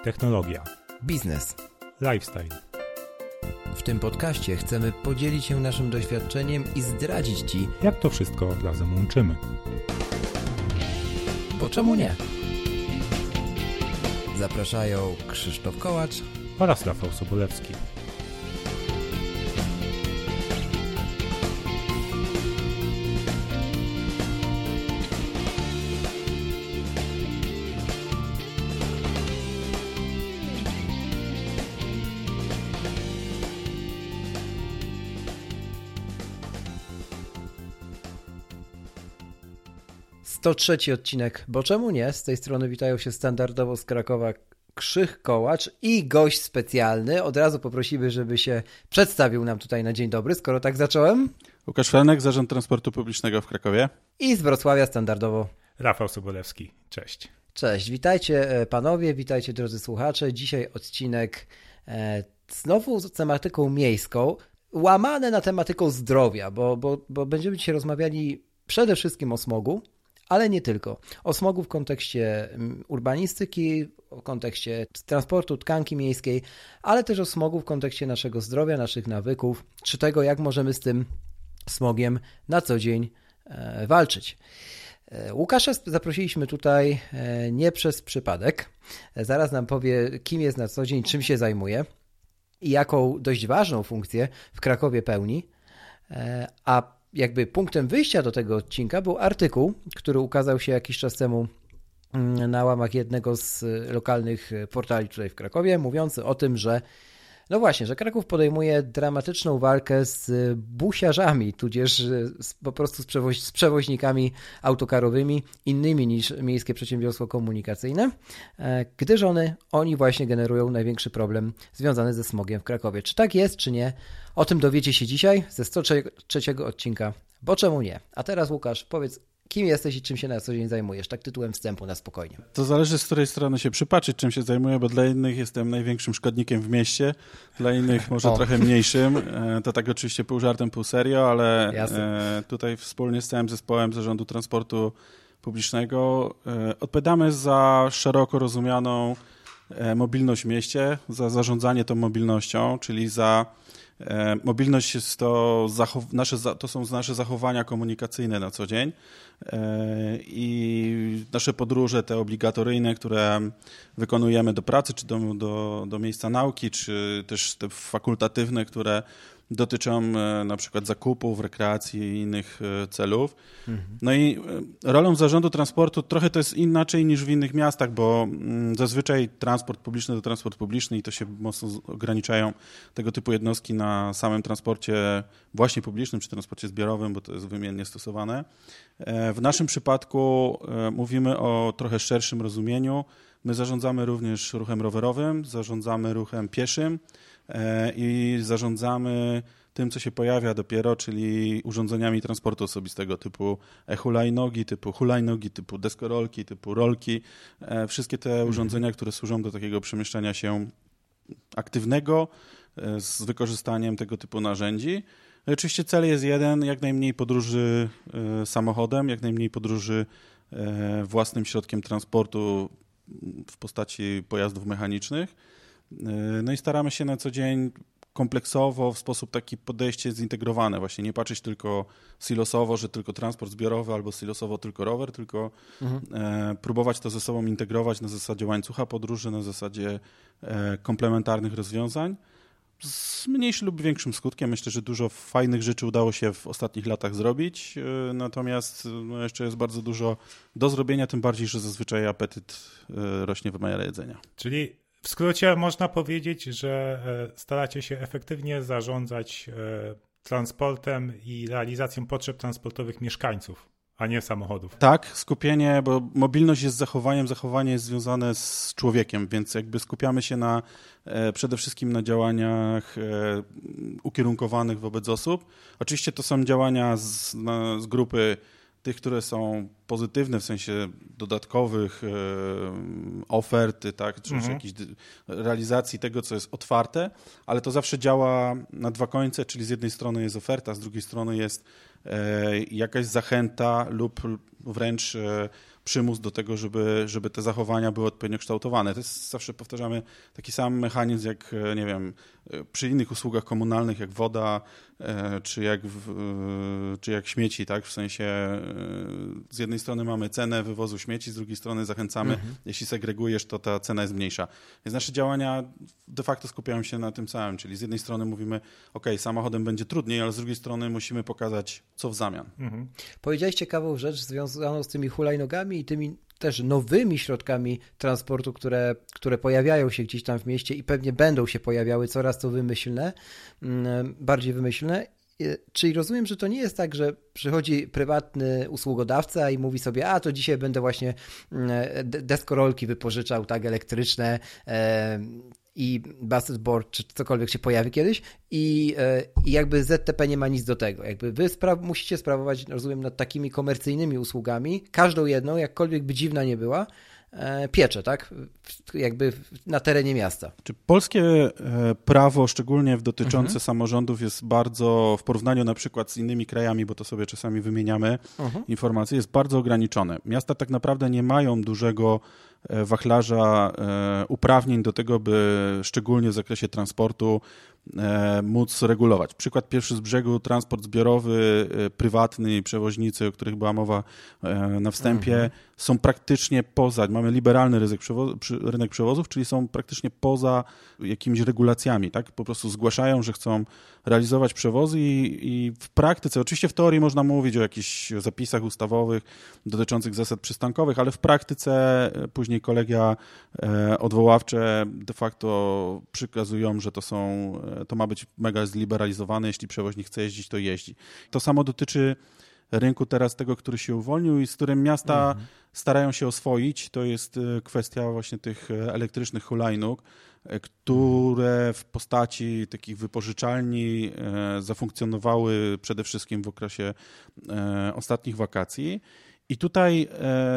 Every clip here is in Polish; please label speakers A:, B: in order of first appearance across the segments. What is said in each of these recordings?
A: technologia,
B: biznes,
A: lifestyle.
B: W tym podcaście chcemy podzielić się naszym doświadczeniem i zdradzić Ci,
A: jak to wszystko razem łączymy.
B: Bo czemu nie? Zapraszają Krzysztof Kołacz
A: Oraz Rafał Sobolewski.
B: To trzeci odcinek, bo czemu nie? Z tej strony witają się standardowo z Krakowa Krzych Kołacz i gość specjalny. Od razu poprosimy, żeby się przedstawił nam tutaj na dzień dobry, skoro tak zacząłem.
C: Łukasz Felnek, Zarząd Transportu Publicznego w Krakowie.
B: I z Wrocławia standardowo
A: Rafał Sobolewski, cześć.
B: Cześć, witajcie panowie, witajcie drodzy słuchacze. Dzisiaj odcinek znowu z tematyką miejską, łamane na tematyką zdrowia, bo będziemy dzisiaj rozmawiali przede wszystkim o smogu, ale nie tylko. O smogu w kontekście urbanistyki, w kontekście transportu, tkanki miejskiej, ale też o smogu w kontekście naszego zdrowia, naszych nawyków, czy tego, jak możemy z tym smogiem na co dzień walczyć. Łukasza zaprosiliśmy tutaj nie przez przypadek. Zaraz nam powie, kim jest na co dzień, czym się zajmuje i jaką dość ważną funkcję w Krakowie pełni. A jakby punktem wyjścia do tego odcinka był artykuł, który ukazał się jakiś czas temu na łamach jednego z lokalnych portali tutaj w Krakowie, mówiący o tym, że no właśnie, że Kraków podejmuje dramatyczną walkę z busiarzami, tudzież po prostu z przewoźnikami autokarowymi, innymi niż Miejskie Przedsiębiorstwo Komunikacyjne, gdyż oni właśnie generują największy problem związany ze smogiem w Krakowie. Czy tak jest, czy nie? O tym dowiecie się dzisiaj ze 103 odcinka, bo czemu nie? A teraz Łukasz, powiedz, kim jesteś i czym się na co dzień zajmujesz? Tak tytułem wstępu na spokojnie.
C: To zależy, z której strony się przypatrzyć, czym się zajmuję, bo dla innych jestem największym szkodnikiem w mieście, dla innych może trochę mniejszym. To tak oczywiście pół żartem, pół serio, ale tutaj wspólnie z całym zespołem Zarządu Transportu Publicznego odpowiadamy za szeroko rozumianą mobilność w mieście, za zarządzanie tą mobilnością, czyli za mobilność jest to są nasze zachowania komunikacyjne na co dzień i nasze podróże te obligatoryjne, które wykonujemy do pracy, czy do miejsca nauki, czy też te fakultatywne, które dotyczą na przykład zakupów, rekreacji i innych celów. No i rolą zarządu transportu trochę to jest inaczej niż w innych miastach, bo zazwyczaj transport publiczny to transport publiczny i to się mocno ograniczają tego typu jednostki na samym transporcie właśnie publicznym czy transporcie zbiorowym, bo to jest wymiennie stosowane. W naszym przypadku mówimy o trochę szerszym rozumieniu. My zarządzamy również ruchem rowerowym, zarządzamy ruchem pieszym i zarządzamy tym, co się pojawia dopiero, czyli urządzeniami transportu osobistego typu e-hulajnogi, typu hulajnogi, typu deskorolki, typu rolki. Wszystkie te urządzenia, które służą do takiego przemieszczania się aktywnego z wykorzystaniem tego typu narzędzi. Oczywiście cel jest jeden, jak najmniej podróży samochodem, jak najmniej podróży własnym środkiem transportu w postaci pojazdów mechanicznych. No i staramy się na co dzień kompleksowo, w sposób taki podejście zintegrowane, właśnie nie patrzeć tylko silosowo, że tylko transport zbiorowy albo silosowo tylko rower, tylko próbować to ze sobą integrować na zasadzie łańcucha podróży, na zasadzie komplementarnych rozwiązań. Z mniejszym lub większym skutkiem. Myślę, że dużo fajnych rzeczy udało się w ostatnich latach zrobić, natomiast jeszcze jest bardzo dużo do zrobienia, tym bardziej, że zazwyczaj apetyt rośnie w miarę jedzenia.
A: Czyli w skrócie można powiedzieć, że staracie się efektywnie zarządzać transportem i realizacją potrzeb transportowych mieszkańców, a nie samochodów.
C: Tak, skupienie, bo mobilność jest zachowaniem, zachowanie jest związane z człowiekiem, więc jakby skupiamy się przede wszystkim na działaniach ukierunkowanych wobec osób. Oczywiście to są działania z grupy tych, które są pozytywne w sensie dodatkowych ofert, tak, czy jakiejś realizacji tego, co jest otwarte, ale to zawsze działa na dwa końce, czyli z jednej strony jest oferta, z drugiej strony jest jakaś zachęta lub wręcz przymus do tego, żeby te zachowania były odpowiednio kształtowane. To jest, zawsze powtarzamy, taki sam mechanizm jak, nie wiem, przy innych usługach komunalnych, jak woda, czy jak śmieci, tak? W sensie z jednej strony mamy cenę wywozu śmieci, z drugiej strony zachęcamy, jeśli segregujesz, to ta cena jest mniejsza. Więc nasze działania de facto skupiają się na tym samym, czyli z jednej strony mówimy, samochodem będzie trudniej, ale z drugiej strony musimy pokazać, co w zamian.
B: Powiedziałeś ciekawą rzecz związaną z tymi hulajnogami i tymi też nowymi środkami transportu, które pojawiają się gdzieś tam w mieście i pewnie będą się pojawiały coraz to bardziej wymyślne. Czyli rozumiem, że to nie jest tak, że przychodzi prywatny usługodawca i mówi sobie, to dzisiaj będę właśnie deskorolki wypożyczał, tak, elektryczne i basketboard, czy cokolwiek się pojawi kiedyś i jakby ZTP nie ma nic do tego. Jakby wy musicie sprawować, rozumiem, nad takimi komercyjnymi usługami, każdą jedną, jakkolwiek by dziwna nie była, pieczę, tak? Jakby na terenie miasta.
C: Czy polskie prawo, szczególnie dotyczące samorządów, jest bardzo, w porównaniu na przykład z innymi krajami, bo to sobie czasami wymieniamy informacje, jest bardzo ograniczone. Miasta tak naprawdę nie mają dużego wachlarza uprawnień do tego, by szczególnie w zakresie transportu móc regulować. Przykład pierwszy z brzegu, transport zbiorowy, prywatny, przewoźnicy, o których była mowa na wstępie, są praktycznie poza, mamy liberalny rynek przewozów, czyli są praktycznie poza jakimiś regulacjami, tak? Po prostu zgłaszają, że chcą realizować przewozy i w praktyce, oczywiście w teorii można mówić o jakichś zapisach ustawowych dotyczących zasad przystankowych, ale w praktyce później kolegia odwoławcze de facto przykazują, że to ma być mega zliberalizowane, jeśli przewoźnik chce jeździć, to jeździ. To samo dotyczy rynku teraz tego, który się uwolnił i z którym miasta starają się oswoić. To jest kwestia właśnie tych elektrycznych hulajnóg, które w postaci takich wypożyczalni zafunkcjonowały przede wszystkim w okresie ostatnich wakacji. I tutaj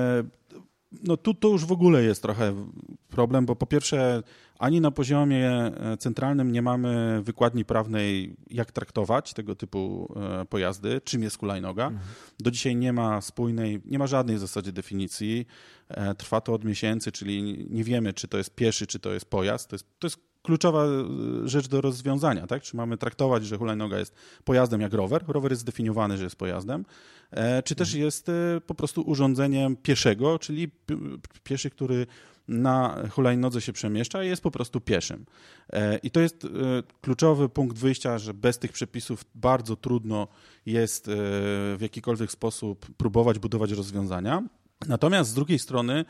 C: to już w ogóle jest trochę problem, bo po pierwsze ani na poziomie centralnym nie mamy wykładni prawnej, jak traktować tego typu pojazdy, czym jest hulajnoga. Do dzisiaj nie ma żadnej w zasadzie definicji. Trwa to od miesięcy, czyli nie wiemy, czy to jest pieszy, czy to jest pojazd. To jest kluczowa rzecz do rozwiązania, tak? Czy mamy traktować, że hulajnoga jest pojazdem jak rower? Rower jest zdefiniowany, że jest pojazdem. Czy też jest po prostu urządzeniem pieszego, czyli pieszy, który na hulajnodze się przemieszcza i jest po prostu pieszym. I to jest kluczowy punkt wyjścia, że bez tych przepisów bardzo trudno jest w jakikolwiek sposób próbować budować rozwiązania. Natomiast z drugiej strony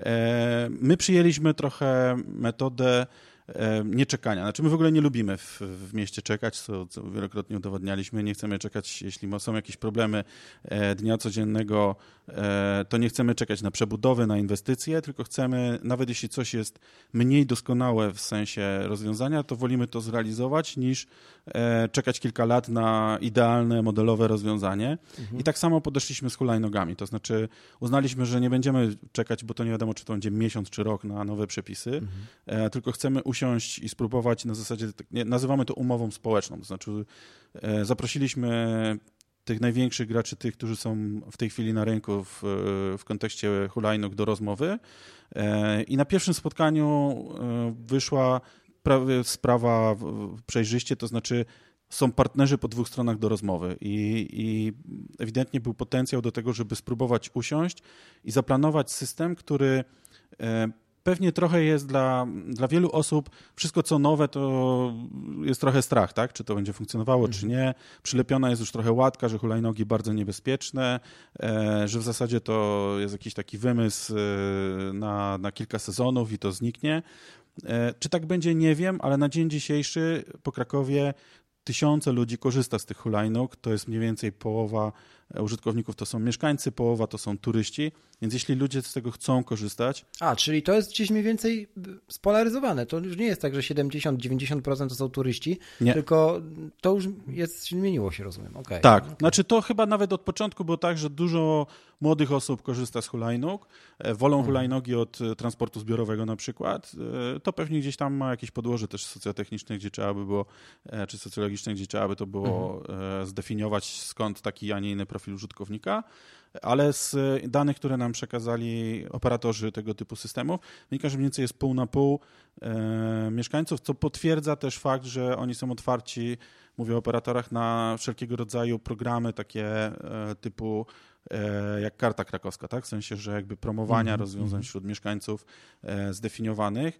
C: my przyjęliśmy trochę metodę nieczekania. Znaczy my w ogóle nie lubimy w mieście czekać, co wielokrotnie udowodnialiśmy. Nie chcemy czekać, jeśli są jakieś problemy dnia codziennego, to nie chcemy czekać na przebudowy, na inwestycje, tylko chcemy, nawet jeśli coś jest mniej doskonałe w sensie rozwiązania, to wolimy to zrealizować niż czekać kilka lat na idealne, modelowe rozwiązanie. I tak samo podeszliśmy z hulajnogami. To znaczy uznaliśmy, że nie będziemy czekać, bo to nie wiadomo, czy to będzie miesiąc, czy rok na nowe przepisy, tylko chcemy usiąść i spróbować na zasadzie, nazywamy to umową społeczną. To znaczy zaprosiliśmy tych największych graczy, tych, którzy są w tej chwili na rynku w kontekście hulajnóg do rozmowy. I na pierwszym spotkaniu wyszła sprawa przejrzyście, to znaczy są partnerzy po dwóch stronach do rozmowy i ewidentnie był potencjał do tego, żeby spróbować usiąść i zaplanować system, który pewnie trochę jest dla wielu osób, wszystko co nowe to jest trochę strach, tak? Czy to będzie funkcjonowało, czy nie. Przylepiona jest już trochę łatka, że hulajnogi bardzo niebezpieczne, że w zasadzie to jest jakiś taki wymysł na kilka sezonów i to zniknie. Czy tak będzie, nie wiem, ale na dzień dzisiejszy po Krakowie tysiące ludzi korzysta z tych hulajnóg, to jest mniej więcej połowa użytkowników to są mieszkańcy, połowa to są turyści, więc jeśli ludzie z tego chcą korzystać...
B: Czyli to jest gdzieś mniej więcej spolaryzowane. To już nie jest tak, że 70-90% to są turyści, nie. Tylko to już zmieniło się, rozumiem. Okay.
C: Tak, Znaczy to chyba nawet od początku było tak, że dużo młodych osób korzysta z hulajnóg, wolą hulajnogi od transportu zbiorowego na przykład. To pewnie gdzieś tam ma jakieś podłoże też socjotechniczne, gdzie trzeba by było, czy socjologiczne, publicznej, gdzie trzeba by to było zdefiniować, skąd taki, a nie inny profil użytkownika, ale z danych, które nam przekazali operatorzy tego typu systemów, wynika, że mniej więcej jest pół na pół mieszkańców, co potwierdza też fakt, że oni są otwarci, mówię o operatorach, na wszelkiego rodzaju programy takie typu jak Karta Krakowska, tak? W sensie, że jakby promowania rozwiązań wśród mieszkańców zdefiniowanych.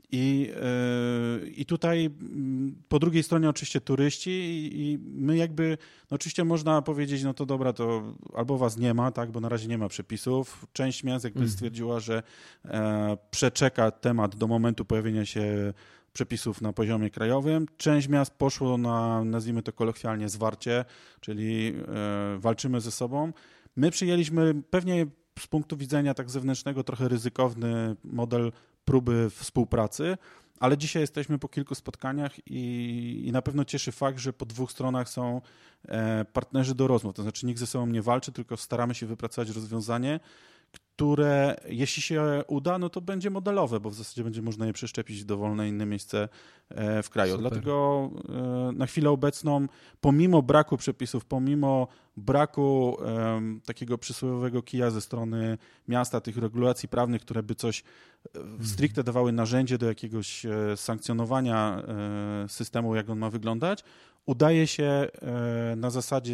C: I tutaj po drugiej stronie oczywiście turyści i my jakby, no oczywiście można powiedzieć, no to dobra, to albo was nie ma, tak, bo na razie nie ma przepisów. Część miast jakby stwierdziła, że przeczeka temat do momentu pojawienia się przepisów na poziomie krajowym. Część miast poszło na, nazwijmy to kolokwialnie, zwarcie, czyli walczymy ze sobą. My przyjęliśmy pewnie z punktu widzenia tak zewnętrznego trochę ryzykowny model próby współpracy, ale dzisiaj jesteśmy po kilku spotkaniach i na pewno cieszy fakt, że po dwóch stronach są partnerzy do rozmów. To znaczy nikt ze sobą nie walczy, tylko staramy się wypracować rozwiązanie, które jeśli się uda, no to będzie modelowe, bo w zasadzie będzie można je przeszczepić w dowolne inne miejsce w kraju.
B: Super.
C: Dlatego na chwilę obecną, pomimo braku przepisów, pomimo braku takiego przysłowiowego kija ze strony miasta, tych regulacji prawnych, które by coś stricte dawały narzędzie do jakiegoś sankcjonowania systemu, jak on ma wyglądać, udaje się na zasadzie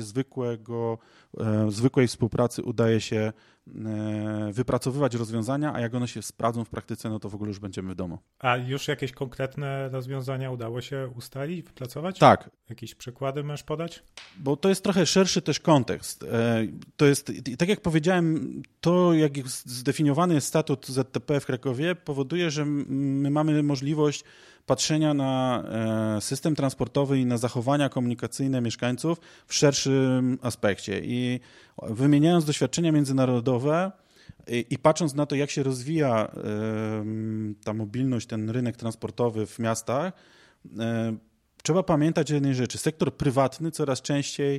C: zwykłej współpracy udaje się wypracowywać rozwiązania, a jak one się sprawdzą w praktyce, no to w ogóle już będziemy w domu.
A: A już jakieś konkretne rozwiązania udało się ustalić, wypracować?
C: Tak.
A: Jakieś przykłady możesz podać?
C: Bo to jest trochę szerszy też kontekst. To jest, tak jak powiedziałem, to jak zdefiniowany jest statut ZTP w Krakowie powoduje, że my mamy możliwość patrzenia na system transportowy i na zachowania komunikacyjne mieszkańców w szerszym aspekcie. I wymieniając doświadczenia międzynarodowe i patrząc na to, jak się rozwija ta mobilność, ten rynek transportowy w miastach, trzeba pamiętać o jednej rzeczy. Sektor prywatny coraz częściej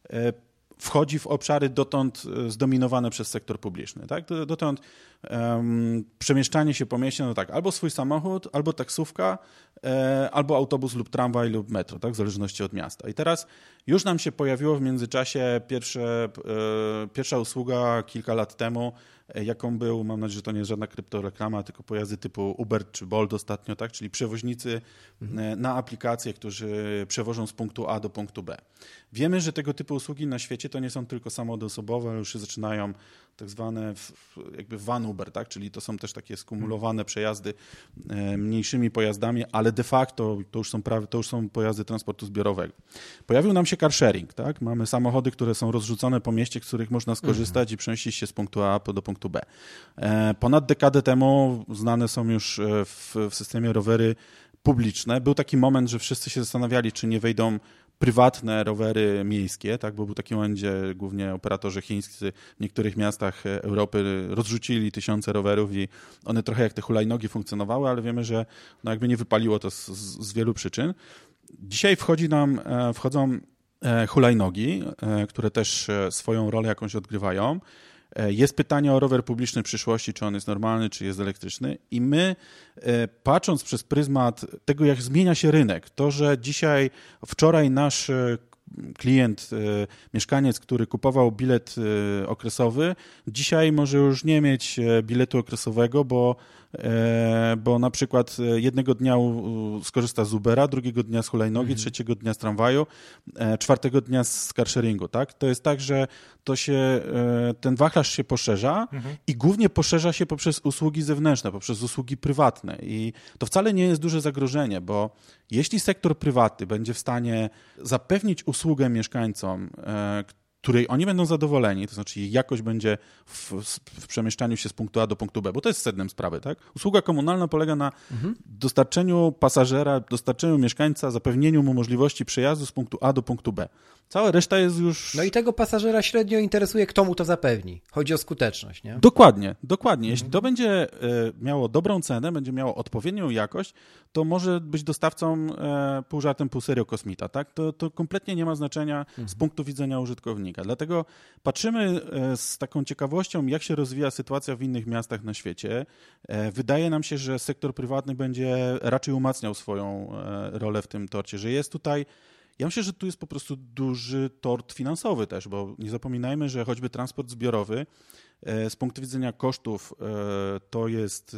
C: wchodzi w obszary dotąd zdominowane przez sektor publiczny. Tak? Dotąd przemieszczanie się po mieście, no tak, albo swój samochód, albo taksówka, albo autobus lub tramwaj lub metro, tak? W zależności od miasta. I teraz już nam się pojawiło w międzyczasie pierwsza usługa kilka lat temu, jaką był, mam nadzieję, że to nie jest żadna kryptoreklama, tylko pojazdy typu Uber czy Bolt ostatnio, tak? Czyli przewoźnicy na aplikacje, którzy przewożą z punktu A do punktu B. Wiemy, że tego typu usługi na świecie to nie są tylko samochody osobowe, ale już się zaczynają tak zwane jakby van Uber, tak? Czyli to są też takie skumulowane przejazdy mniejszymi pojazdami, ale de facto to już są pojazdy transportu zbiorowego. Pojawił nam się car sharing, tak? Mamy samochody, które są rozrzucone po mieście, z których można skorzystać i przemieścić się z punktu A do punktu B. Ponad dekadę temu znane są już w systemie rowery publiczne. Był taki moment, że wszyscy się zastanawiali, czy nie wejdą prywatne rowery miejskie, tak, bo był taki moment, gdzie głównie operatorzy chińscy w niektórych miastach Europy rozrzucili tysiące rowerów i one trochę jak te hulajnogi funkcjonowały, ale wiemy, że no jakby nie wypaliło to z wielu przyczyn. Dzisiaj wchodzą hulajnogi, które też swoją rolę jakąś odgrywają. Jest pytanie o rower publiczny przyszłości, czy on jest normalny, czy jest elektryczny i my patrząc przez pryzmat tego, jak zmienia się rynek, to, że wczoraj nasz klient, mieszkaniec, który kupował bilet okresowy, dzisiaj może już nie mieć biletu okresowego, bo na przykład jednego dnia skorzysta z Ubera, drugiego dnia z hulajnogi, trzeciego dnia z tramwaju, czwartego dnia z carsharingu, tak? To jest tak, że ten wachlarz się poszerza i głównie poszerza się poprzez usługi zewnętrzne, poprzez usługi prywatne i to wcale nie jest duże zagrożenie, bo jeśli sektor prywatny będzie w stanie zapewnić usługę mieszkańcom, której oni będą zadowoleni, to znaczy ich jakość będzie w przemieszczaniu się z punktu A do punktu B, bo to jest sednem sprawy, tak? Usługa komunalna polega na dostarczeniu pasażera, dostarczeniu mieszkańca, zapewnieniu mu możliwości przejazdu z punktu A do punktu B. Cała reszta jest już...
B: No i tego pasażera średnio interesuje, kto mu to zapewni. Chodzi o skuteczność, nie?
C: Dokładnie. Jeśli to będzie miało dobrą cenę, będzie miało odpowiednią jakość, to może być dostawcą pół żartem, pół serio kosmita, tak? To kompletnie nie ma znaczenia z punktu widzenia użytkownika. Dlatego patrzymy z taką ciekawością, jak się rozwija sytuacja w innych miastach na świecie. Wydaje nam się, że sektor prywatny będzie raczej umacniał swoją rolę w tym torcie, że jest tutaj Ja myślę, że tu jest po prostu duży tort finansowy też, bo nie zapominajmy, że choćby transport zbiorowy z punktu widzenia kosztów to jest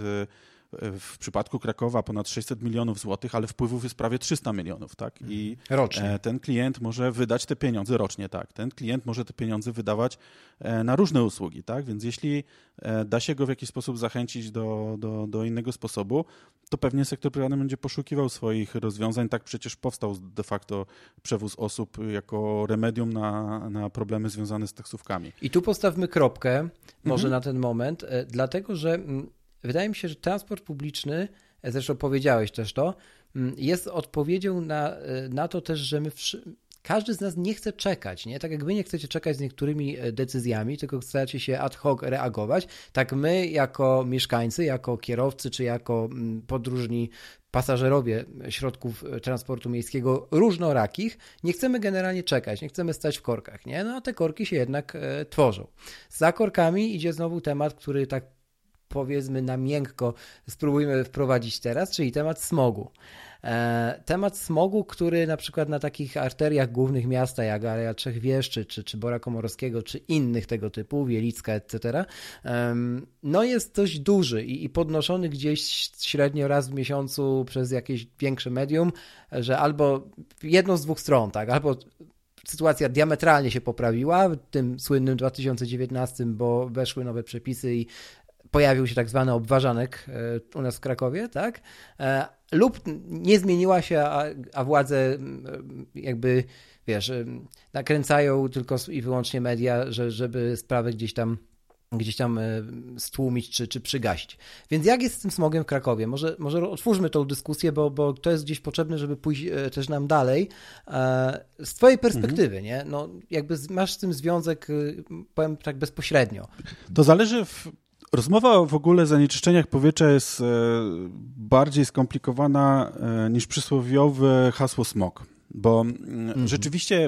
C: w przypadku Krakowa ponad 600 milionów złotych, ale wpływów jest prawie 300 milionów, tak? I
B: rocznie.
C: Ten klient może wydać te pieniądze rocznie, tak? Ten klient może te pieniądze wydawać na różne usługi, tak? Więc jeśli da się go w jakiś sposób zachęcić do innego sposobu, to pewnie sektor prywatny będzie poszukiwał swoich rozwiązań. Tak przecież powstał de facto przewóz osób jako remedium na problemy związane z taksówkami.
B: I tu postawmy kropkę może na ten moment, dlatego że wydaje mi się, że transport publiczny, zresztą powiedziałeś też to, jest odpowiedzią na to też, że każdy z nas nie chce czekać, nie? Tak jak wy nie chcecie czekać z niektórymi decyzjami, tylko chcecie się ad hoc reagować, tak my jako mieszkańcy, jako kierowcy, czy jako podróżni pasażerowie środków transportu miejskiego różnorakich, nie chcemy generalnie czekać, nie chcemy stać w korkach, nie? No a te korki się jednak tworzą. Za korkami idzie znowu temat, który tak powiedzmy na miękko spróbujmy wprowadzić teraz, czyli temat smogu. Temat smogu, który na przykład na takich arteriach głównych miasta, jak Aleja Trzech Wież, czy Bora Komorowskiego, czy innych tego typu, Wielicka, etc., no jest dość duży i podnoszony gdzieś średnio raz w miesiącu przez jakieś większe medium, że albo jedną z dwóch stron, tak, albo sytuacja diametralnie się poprawiła w tym słynnym 2019, bo weszły nowe przepisy i pojawił się tak zwany obważanek u nas w Krakowie, tak? Lub nie zmieniła się, a władze jakby, wiesz, nakręcają tylko i wyłącznie media, żeby sprawę gdzieś tam stłumić czy przygasić. Więc jak jest z tym smogiem w Krakowie? Może otwórzmy tą dyskusję, bo to jest gdzieś potrzebne, żeby pójść też nam dalej. Z twojej perspektywy, nie? No, jakby masz z tym związek, powiem tak bezpośrednio.
C: To zależy Rozmowa w ogóle o zanieczyszczeniach powietrza jest bardziej skomplikowana niż przysłowiowe hasło smog, bo rzeczywiście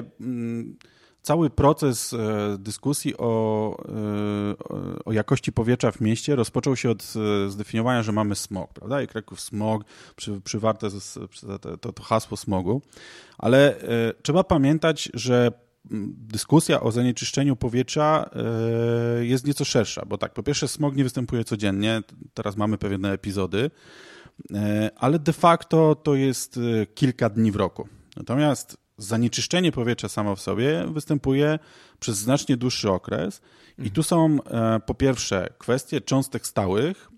C: cały proces dyskusji o jakości powietrza w mieście rozpoczął się od zdefiniowania, że mamy smog, prawda? I Kraków smog, przywarte to hasło smogu, ale trzeba pamiętać, że dyskusja o zanieczyszczeniu powietrza jest nieco szersza, bo tak, po pierwsze smog nie występuje codziennie, teraz mamy pewne epizody, ale de facto to jest kilka dni w roku. Natomiast zanieczyszczenie powietrza samo w sobie występuje przez znacznie dłuższy okres i tu są po pierwsze kwestie cząstek stałych,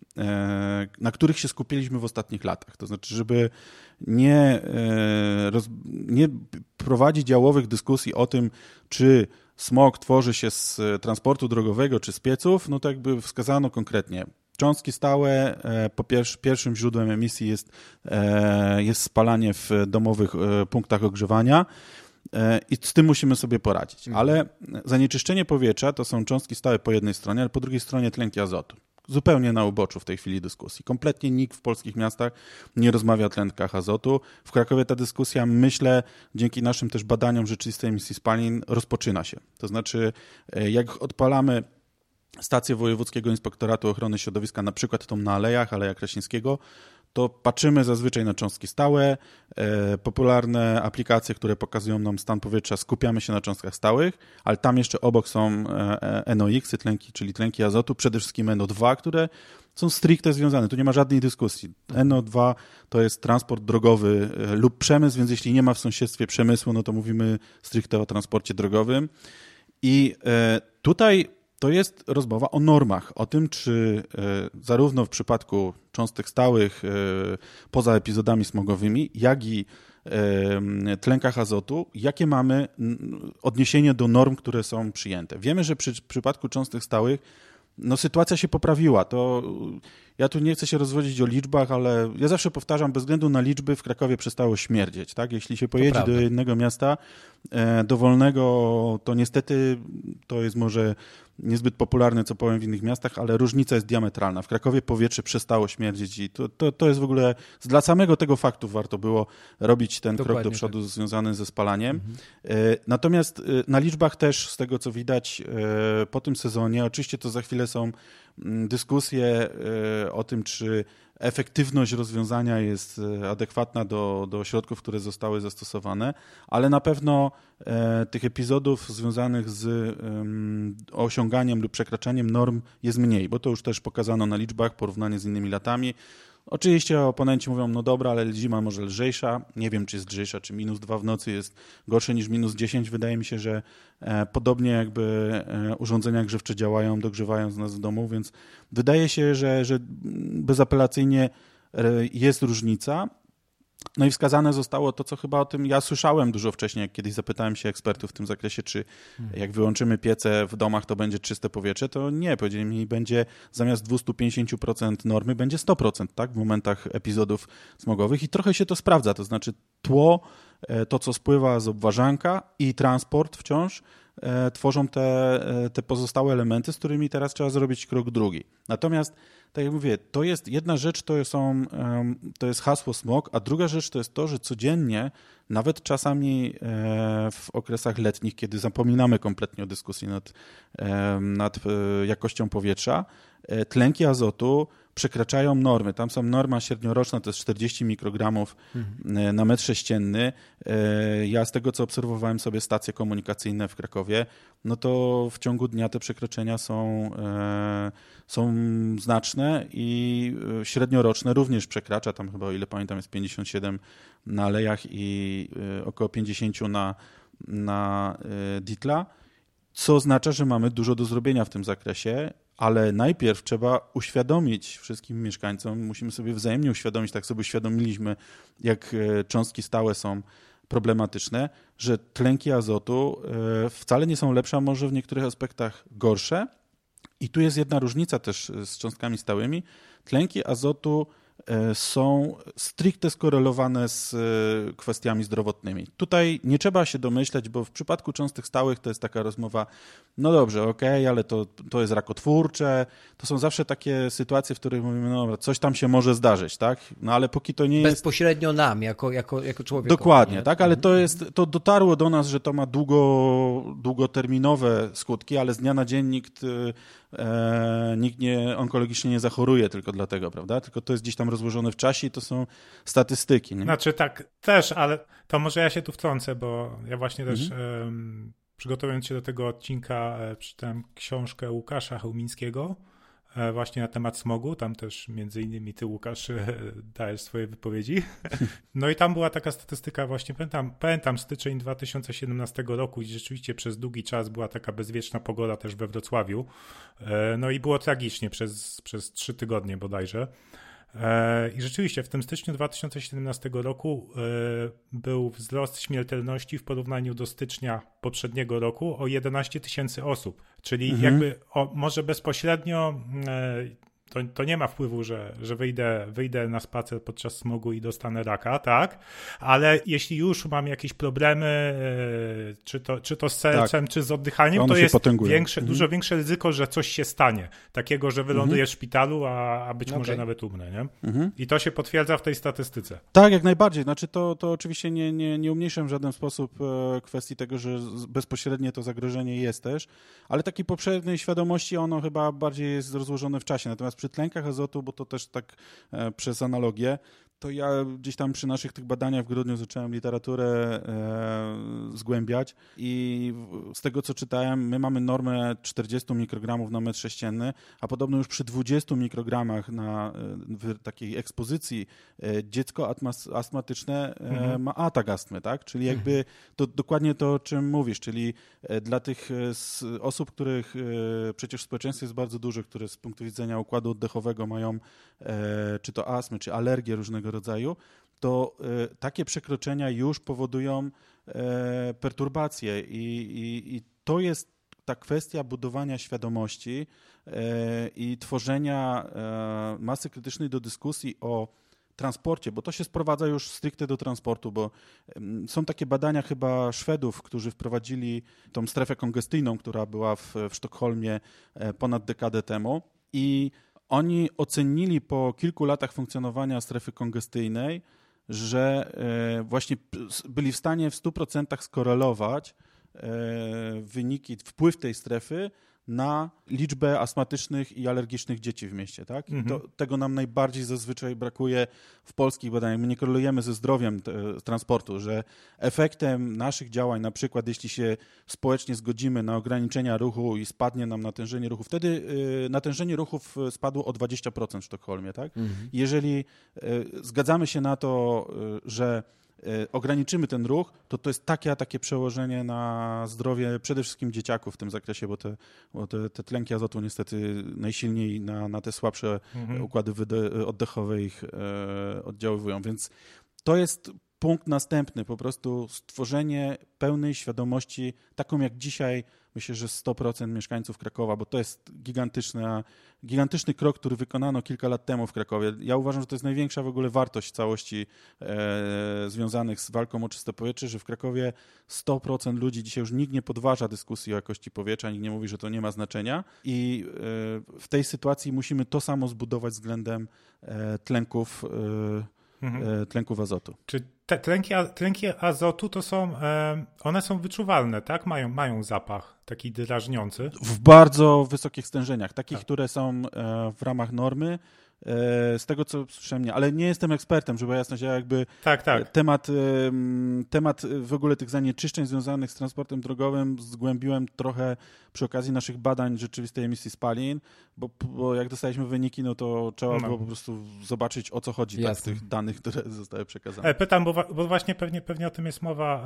C: na których się skupiliśmy w ostatnich latach. To znaczy, żeby nie prowadzić jałowych dyskusji o tym, czy smog tworzy się z transportu drogowego, czy z pieców, no to jakby wskazano konkretnie. Cząstki stałe, po pierwszym źródłem emisji jest spalanie w domowych punktach ogrzewania i z tym musimy sobie poradzić. Ale zanieczyszczenie powietrza to są cząstki stałe po jednej stronie, ale po drugiej stronie tlenki azotu. Zupełnie na uboczu w tej chwili dyskusji. Kompletnie nikt w polskich miastach nie rozmawia o tlenkach azotu. W Krakowie ta dyskusja, myślę, dzięki naszym też badaniom rzeczywistej emisji spalin rozpoczyna się. To znaczy, jak odpalamy stację Wojewódzkiego Inspektoratu Ochrony Środowiska, na przykład tą na Alejach, Aleja Kraśnickiego, to patrzymy zazwyczaj na cząstki stałe, popularne aplikacje, które pokazują nam stan powietrza, skupiamy się na cząstkach stałych, ale tam jeszcze obok są NOx-y, czyli tlenki azotu, przede wszystkim NO2, które są stricte związane. Tu nie ma żadnej dyskusji. NO2 to jest transport drogowy lub przemysł, więc jeśli nie ma w sąsiedztwie przemysłu, no to mówimy stricte o transporcie drogowym. I tutaj to jest rozmowa o normach, o tym, czy zarówno w przypadku cząstek stałych poza epizodami smogowymi, jak i tlenkach azotu, jakie mamy odniesienie do norm, które są przyjęte. Wiemy, że przy przypadku cząstek stałych no, sytuacja się poprawiła. To ja tu nie chcę się rozwodzić o liczbach, ale ja zawsze powtarzam, bez względu na liczby w Krakowie przestało śmierdzieć. Tak? Jeśli się pojedzie do jednego miasta dowolnego, to niestety to jest może niezbyt popularne, co powiem w innych miastach, ale różnica jest diametralna. W Krakowie powietrze przestało śmierdzieć i to jest w ogóle, dla samego tego faktu warto było robić ten krok do przodu związany ze spalaniem. Natomiast na liczbach też, z tego co widać po tym sezonie, oczywiście to za chwilę są dyskusję o tym, czy efektywność rozwiązania jest adekwatna do środków, które zostały zastosowane, ale na pewno tych epizodów związanych z osiąganiem lub przekraczaniem norm jest mniej, bo to już też pokazano na liczbach, porównanie z innymi latami. Oczywiście oponenci mówią, no dobra, ale zima może lżejsza. Nie wiem, czy jest lżejsza, czy -2 w nocy jest gorsze niż -10. Wydaje mi się, że podobnie jakby urządzenia grzewcze działają, dogrzewając nas w domu, więc wydaje się, że bezapelacyjnie jest różnica. No i wskazane zostało to, co chyba o tym ja słyszałem dużo wcześniej, jak kiedyś zapytałem się ekspertów w tym zakresie, czy jak wyłączymy piece w domach, to będzie czyste powietrze, to nie, powiedzieli mi, będzie zamiast 250% normy, będzie 100%, tak, w momentach epizodów smogowych i trochę się to sprawdza, to znaczy tło, to co spływa z obwarzanka i transport wciąż tworzą te pozostałe elementy, z którymi teraz trzeba zrobić krok drugi. Natomiast, tak jak mówię, to jest jedna rzecz, to jest hasło smog, a druga rzecz to jest to, że codziennie, nawet czasami w okresach letnich, kiedy zapominamy kompletnie o dyskusji nad jakością powietrza, tlenki azotu przekraczają normy. Tam są norma średnioroczna, to jest 40 mikrogramów na metr sześcienny. Ja z tego, co obserwowałem sobie stacje komunikacyjne w Krakowie, no to w ciągu dnia te przekroczenia są znaczne i średnioroczne również przekracza. Tam chyba, o ile pamiętam, jest 57 na Alejach i około 50 na Ditla, co oznacza, że mamy dużo do zrobienia w tym zakresie, ale najpierw trzeba uświadomić wszystkim mieszkańcom, musimy sobie wzajemnie uświadomić, tak sobie uświadomiliśmy, jak cząstki stałe są problematyczne, że tlenki azotu wcale nie są lepsze, a może w niektórych aspektach gorsze. I tu jest jedna różnica też z cząstkami stałymi. Tlenki azotu są stricte skorelowane z kwestiami zdrowotnymi. Tutaj nie trzeba się domyślać, bo w przypadku cząstek stałych to jest taka rozmowa, no dobrze, okej, ale to jest rakotwórcze. To są zawsze takie sytuacje, w których mówimy, no dobra, coś tam się może zdarzyć, tak? No ale póki to nie jest...
B: Bezpośrednio nam, jako człowiek.
C: Dokładnie, nie? Tak, ale to dotarło do nas, że to ma długoterminowe skutki, ale z dnia na dzień nikt onkologicznie nie zachoruje tylko dlatego, prawda? Tylko to jest gdzieś tam rozłożone w czasie i to są statystyki. Nie?
A: Znaczy tak, też, ale to może ja się tu wtrącę, bo ja właśnie też przygotowując się do tego odcinka przeczytałem książkę Łukasza Chełmińskiego właśnie na temat smogu. Tam też między innymi ty, Łukasz, dajesz swoje wypowiedzi. No i tam była taka statystyka właśnie, pamiętam styczeń 2017 roku i rzeczywiście przez długi czas była taka bezwieczna pogoda też we Wrocławiu. No i było tragicznie przez 3 tygodnie bodajże. I rzeczywiście w tym styczniu 2017 roku był wzrost śmiertelności w porównaniu do stycznia poprzedniego roku o 11 000 osób. Czyli jakby może bezpośrednio to nie ma wpływu, że wyjdę na spacer podczas smogu i dostanę raka, tak? Ale jeśli już mam jakieś problemy, czy to z sercem, czy z oddychaniem, to jest dużo większe ryzyko, że coś się stanie. Takiego, że wyląduję w szpitalu, a być może nawet umrę, nie? I to się potwierdza w tej statystyce.
C: Tak, jak najbardziej. Znaczy to oczywiście nie umniejszam w żaden sposób kwestii tego, że bezpośrednie to zagrożenie jest też, ale takiej poprzedniej świadomości ono chyba bardziej jest rozłożone w czasie. Natomiast przy tlenkach azotu, bo to też tak przez analogię, to ja gdzieś tam przy naszych tych badaniach w grudniu zacząłem literaturę zgłębiać i z tego, co czytałem, my mamy normę 40 mikrogramów na metr sześcienny, a podobno już przy 20 mikrogramach w takiej ekspozycji dziecko astmatyczne ma atak astmy, tak? Czyli jakby to dokładnie to, o czym mówisz, czyli dla tych osób, których przecież w społeczeństwie jest bardzo dużo, które z punktu widzenia układu oddechowego mają czy to astmy, czy alergie różnego rodzaju, to takie przekroczenia już powodują perturbacje i to jest ta kwestia budowania świadomości i tworzenia masy krytycznej do dyskusji o transporcie, bo to się sprowadza już stricte do transportu, bo są takie badania chyba Szwedów, którzy wprowadzili tą strefę kongestyjną, która była w Sztokholmie ponad dekadę temu i oni ocenili po kilku latach funkcjonowania strefy kongestyjnej, że właśnie byli w stanie w 100% skorelować wyniki, wpływ tej strefy na liczbę astmatycznych i alergicznych dzieci w mieście. Tak? Tego nam najbardziej zazwyczaj brakuje w polskich badaniach. My nie korelujemy ze zdrowiem transportu, że efektem naszych działań, na przykład jeśli się społecznie zgodzimy na ograniczenia ruchu i spadnie nam natężenie ruchu, wtedy natężenie ruchów spadło o 20% w Sztokholmie. Tak? Jeżeli zgadzamy się na to, że ograniczymy ten ruch, to jest takie przełożenie na zdrowie przede wszystkim dzieciaków w tym zakresie, bo te tlenki azotu niestety najsilniej na te słabsze układy oddechowe ich oddziaływują. Więc to jest punkt następny, po prostu stworzenie pełnej świadomości, taką jak dzisiaj, myślę, że 100% mieszkańców Krakowa, bo to jest gigantyczny krok, który wykonano kilka lat temu w Krakowie. Ja uważam, że to jest największa w ogóle wartość całości związanych z walką o czyste powietrze, że w Krakowie 100% ludzi, dzisiaj już nikt nie podważa dyskusji o jakości powietrza, nikt nie mówi, że to nie ma znaczenia i w tej sytuacji musimy to samo zbudować względem tlenków azotu.
A: Czy te tlenki azotu to są, one są wyczuwalne, tak? Mają zapach taki drażniący.
C: W bardzo wysokich stężeniach, takich, które są w ramach normy. Z tego, co słyszałem, nie, ale nie jestem ekspertem, żeby jasność, ja jakby temat w ogóle tych zanieczyszczeń związanych z transportem drogowym zgłębiłem trochę przy okazji naszych badań rzeczywistej emisji spalin, bo jak dostaliśmy wyniki, no to trzeba było po prostu zobaczyć, o co chodzi tak, w tych danych, które zostały przekazane.
A: Pytam, bo właśnie pewnie o tym jest mowa,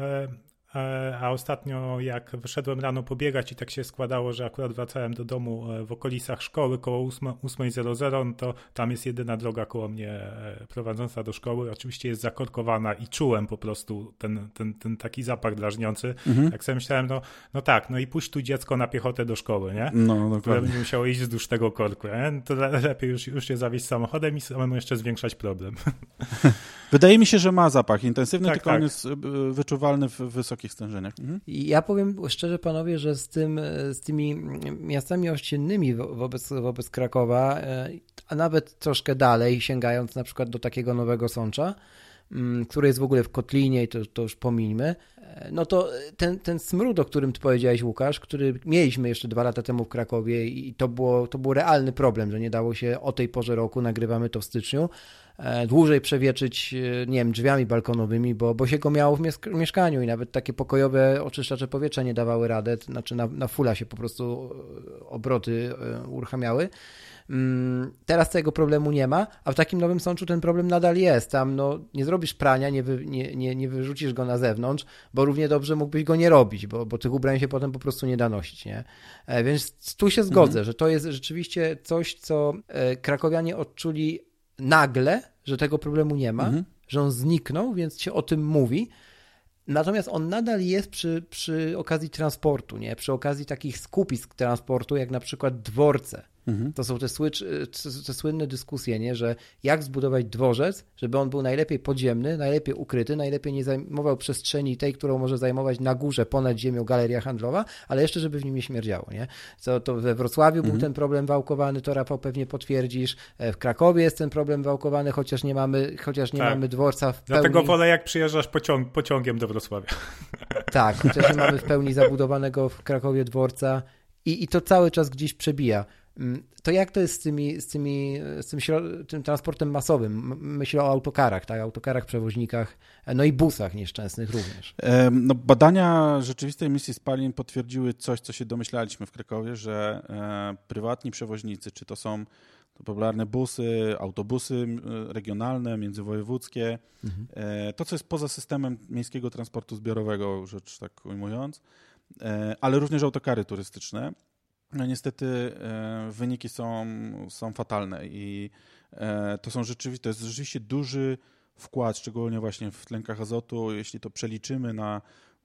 A: a ostatnio jak wyszedłem rano pobiegać i tak się składało, że akurat wracałem do domu w okolicach szkoły koło 8:00, no to tam jest jedyna droga koło mnie prowadząca do szkoły. Oczywiście jest zakorkowana i czułem po prostu ten taki zapach drażniący. Jak sobie myślałem, no tak, no i puść tu dziecko na piechotę do szkoły, nie?
C: No, dokładnie.
A: Które będzie musiało iść wzdłuż tego korku, nie? To lepiej już się zawieźć samochodem i samemu jeszcze zwiększać problem.
C: Wydaje mi się, że ma zapach intensywny, tylko on jest wyczuwalny w wysokich stężeniach.
B: I ja powiem szczerze, panowie, że z tymi miastami ościennymi wobec Krakowa, a nawet troszkę dalej, sięgając na przykład do takiego Nowego Sącza, który jest w ogóle w kotlinie i to już pomińmy, no to ten smród, o którym ty powiedziałeś, Łukasz, który mieliśmy jeszcze 2 lata temu w Krakowie i to był realny problem, że nie dało się o tej porze roku, nagrywamy to w styczniu, dłużej przewietrzyć, nie wiem, drzwiami balkonowymi, bo się go miało w mieszkaniu i nawet takie pokojowe oczyszczacze powietrza nie dawały radę, znaczy na fulla się po prostu obroty uruchamiały. Teraz tego problemu nie ma, a w takim Nowym Sączu ten problem nadal jest. Tam nie zrobisz prania, nie wyrzucisz go na zewnątrz, bo równie dobrze mógłbyś go nie robić, bo tych ubrań się potem po prostu nie da nosić, nie? Więc tu się zgodzę, że to jest rzeczywiście coś, co krakowianie odczuli nagle, że tego problemu nie ma, że on zniknął, więc się o tym mówi. Natomiast on nadal jest przy okazji transportu, nie? Przy okazji takich skupisk transportu, jak na przykład dworce. To są te słynne dyskusje, nie? Że jak zbudować dworzec, żeby on był najlepiej podziemny, najlepiej ukryty, najlepiej nie zajmował przestrzeni tej, którą może zajmować na górze, ponad ziemią galeria handlowa, ale jeszcze żeby w nim nie śmierdziało. Nie? To we Wrocławiu był ten problem wałkowany, to Rafał pewnie potwierdzisz. W Krakowie jest ten problem wałkowany, chociaż nie mamy dworca w pełni.
A: Dlatego wolę, jak przyjeżdżasz pociągiem do Wrocławia. Tak,
B: chociaż nie mamy w pełni zabudowanego w Krakowie dworca i to cały czas gdzieś przebija. To jak to jest tym transportem masowym? Myślę o autokarach, tak? Autokarach, przewoźnikach, no i busach nieszczęsnych również.
C: No, badania rzeczywistej emisji spalin potwierdziły coś, co się domyślaliśmy w Krakowie, że prywatni przewoźnicy, czy to są popularne busy, autobusy regionalne, międzywojewódzkie, to, co jest poza systemem miejskiego transportu zbiorowego, rzecz tak ujmując, ale również autokary turystyczne. No niestety wyniki są fatalne i to jest rzeczywiście duży wkład, szczególnie właśnie w tlenkach azotu, jeśli to przeliczymy na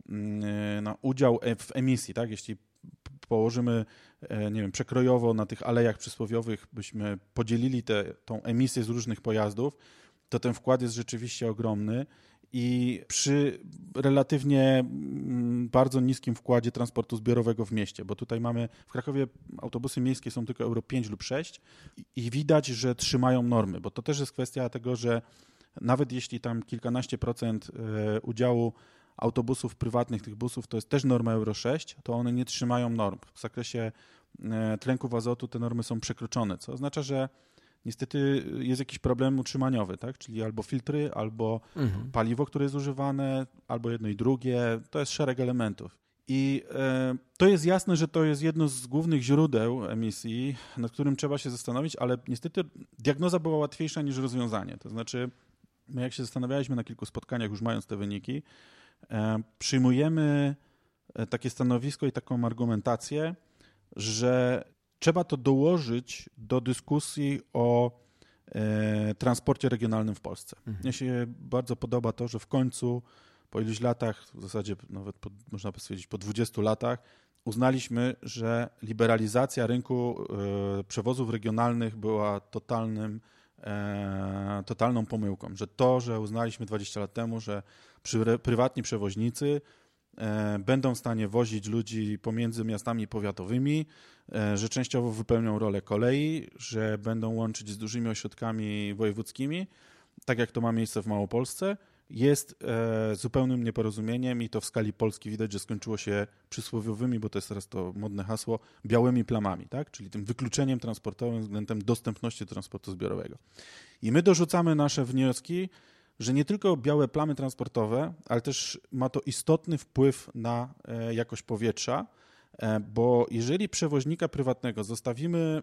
C: udział w emisji, tak? Jeśli położymy, nie wiem, przekrojowo na tych alejach przysłowiowych, byśmy podzielili tą emisję z różnych pojazdów, to ten wkład jest rzeczywiście ogromny. I przy relatywnie bardzo niskim wkładzie transportu zbiorowego w mieście, bo tutaj mamy w Krakowie autobusy miejskie są tylko Euro 5 lub 6 i widać, że trzymają normy, bo to też jest kwestia tego, że nawet jeśli tam kilkanaście procent udziału autobusów prywatnych, tych busów, to jest też norma Euro 6, to one nie trzymają norm. W zakresie tlenków azotu te normy są przekroczone, co oznacza, że niestety jest jakiś problem utrzymaniowy, tak? Czyli albo filtry, albo paliwo, które jest używane, albo jedno i drugie. To jest szereg elementów. I to jest jasne, że to jest jedno z głównych źródeł emisji, nad którym trzeba się zastanowić, ale niestety diagnoza była łatwiejsza niż rozwiązanie. To znaczy, my jak się zastanawialiśmy na kilku spotkaniach, już mając te wyniki, przyjmujemy takie stanowisko i taką argumentację, że trzeba to dołożyć do dyskusji o transporcie regionalnym w Polsce. Mnie się bardzo podoba to, że w końcu po iluś latach, w zasadzie nawet można by stwierdzić po 20 latach, uznaliśmy, że liberalizacja rynku przewozów regionalnych była totalną pomyłką. Że to, że uznaliśmy 20 lat temu, że prywatni przewoźnicy będą w stanie wozić ludzi pomiędzy miastami powiatowymi, że częściowo wypełnią rolę kolei, że będą łączyć z dużymi ośrodkami wojewódzkimi, tak jak to ma miejsce w Małopolsce, jest zupełnym nieporozumieniem i to w skali Polski widać, że skończyło się przysłowiowymi, bo to jest teraz to modne hasło, białymi plamami, tak? Czyli tym wykluczeniem transportowym względem dostępności transportu zbiorowego. I my dorzucamy nasze wnioski, że nie tylko białe plamy transportowe, ale też ma to istotny wpływ na jakość powietrza, bo jeżeli przewoźnika prywatnego zostawimy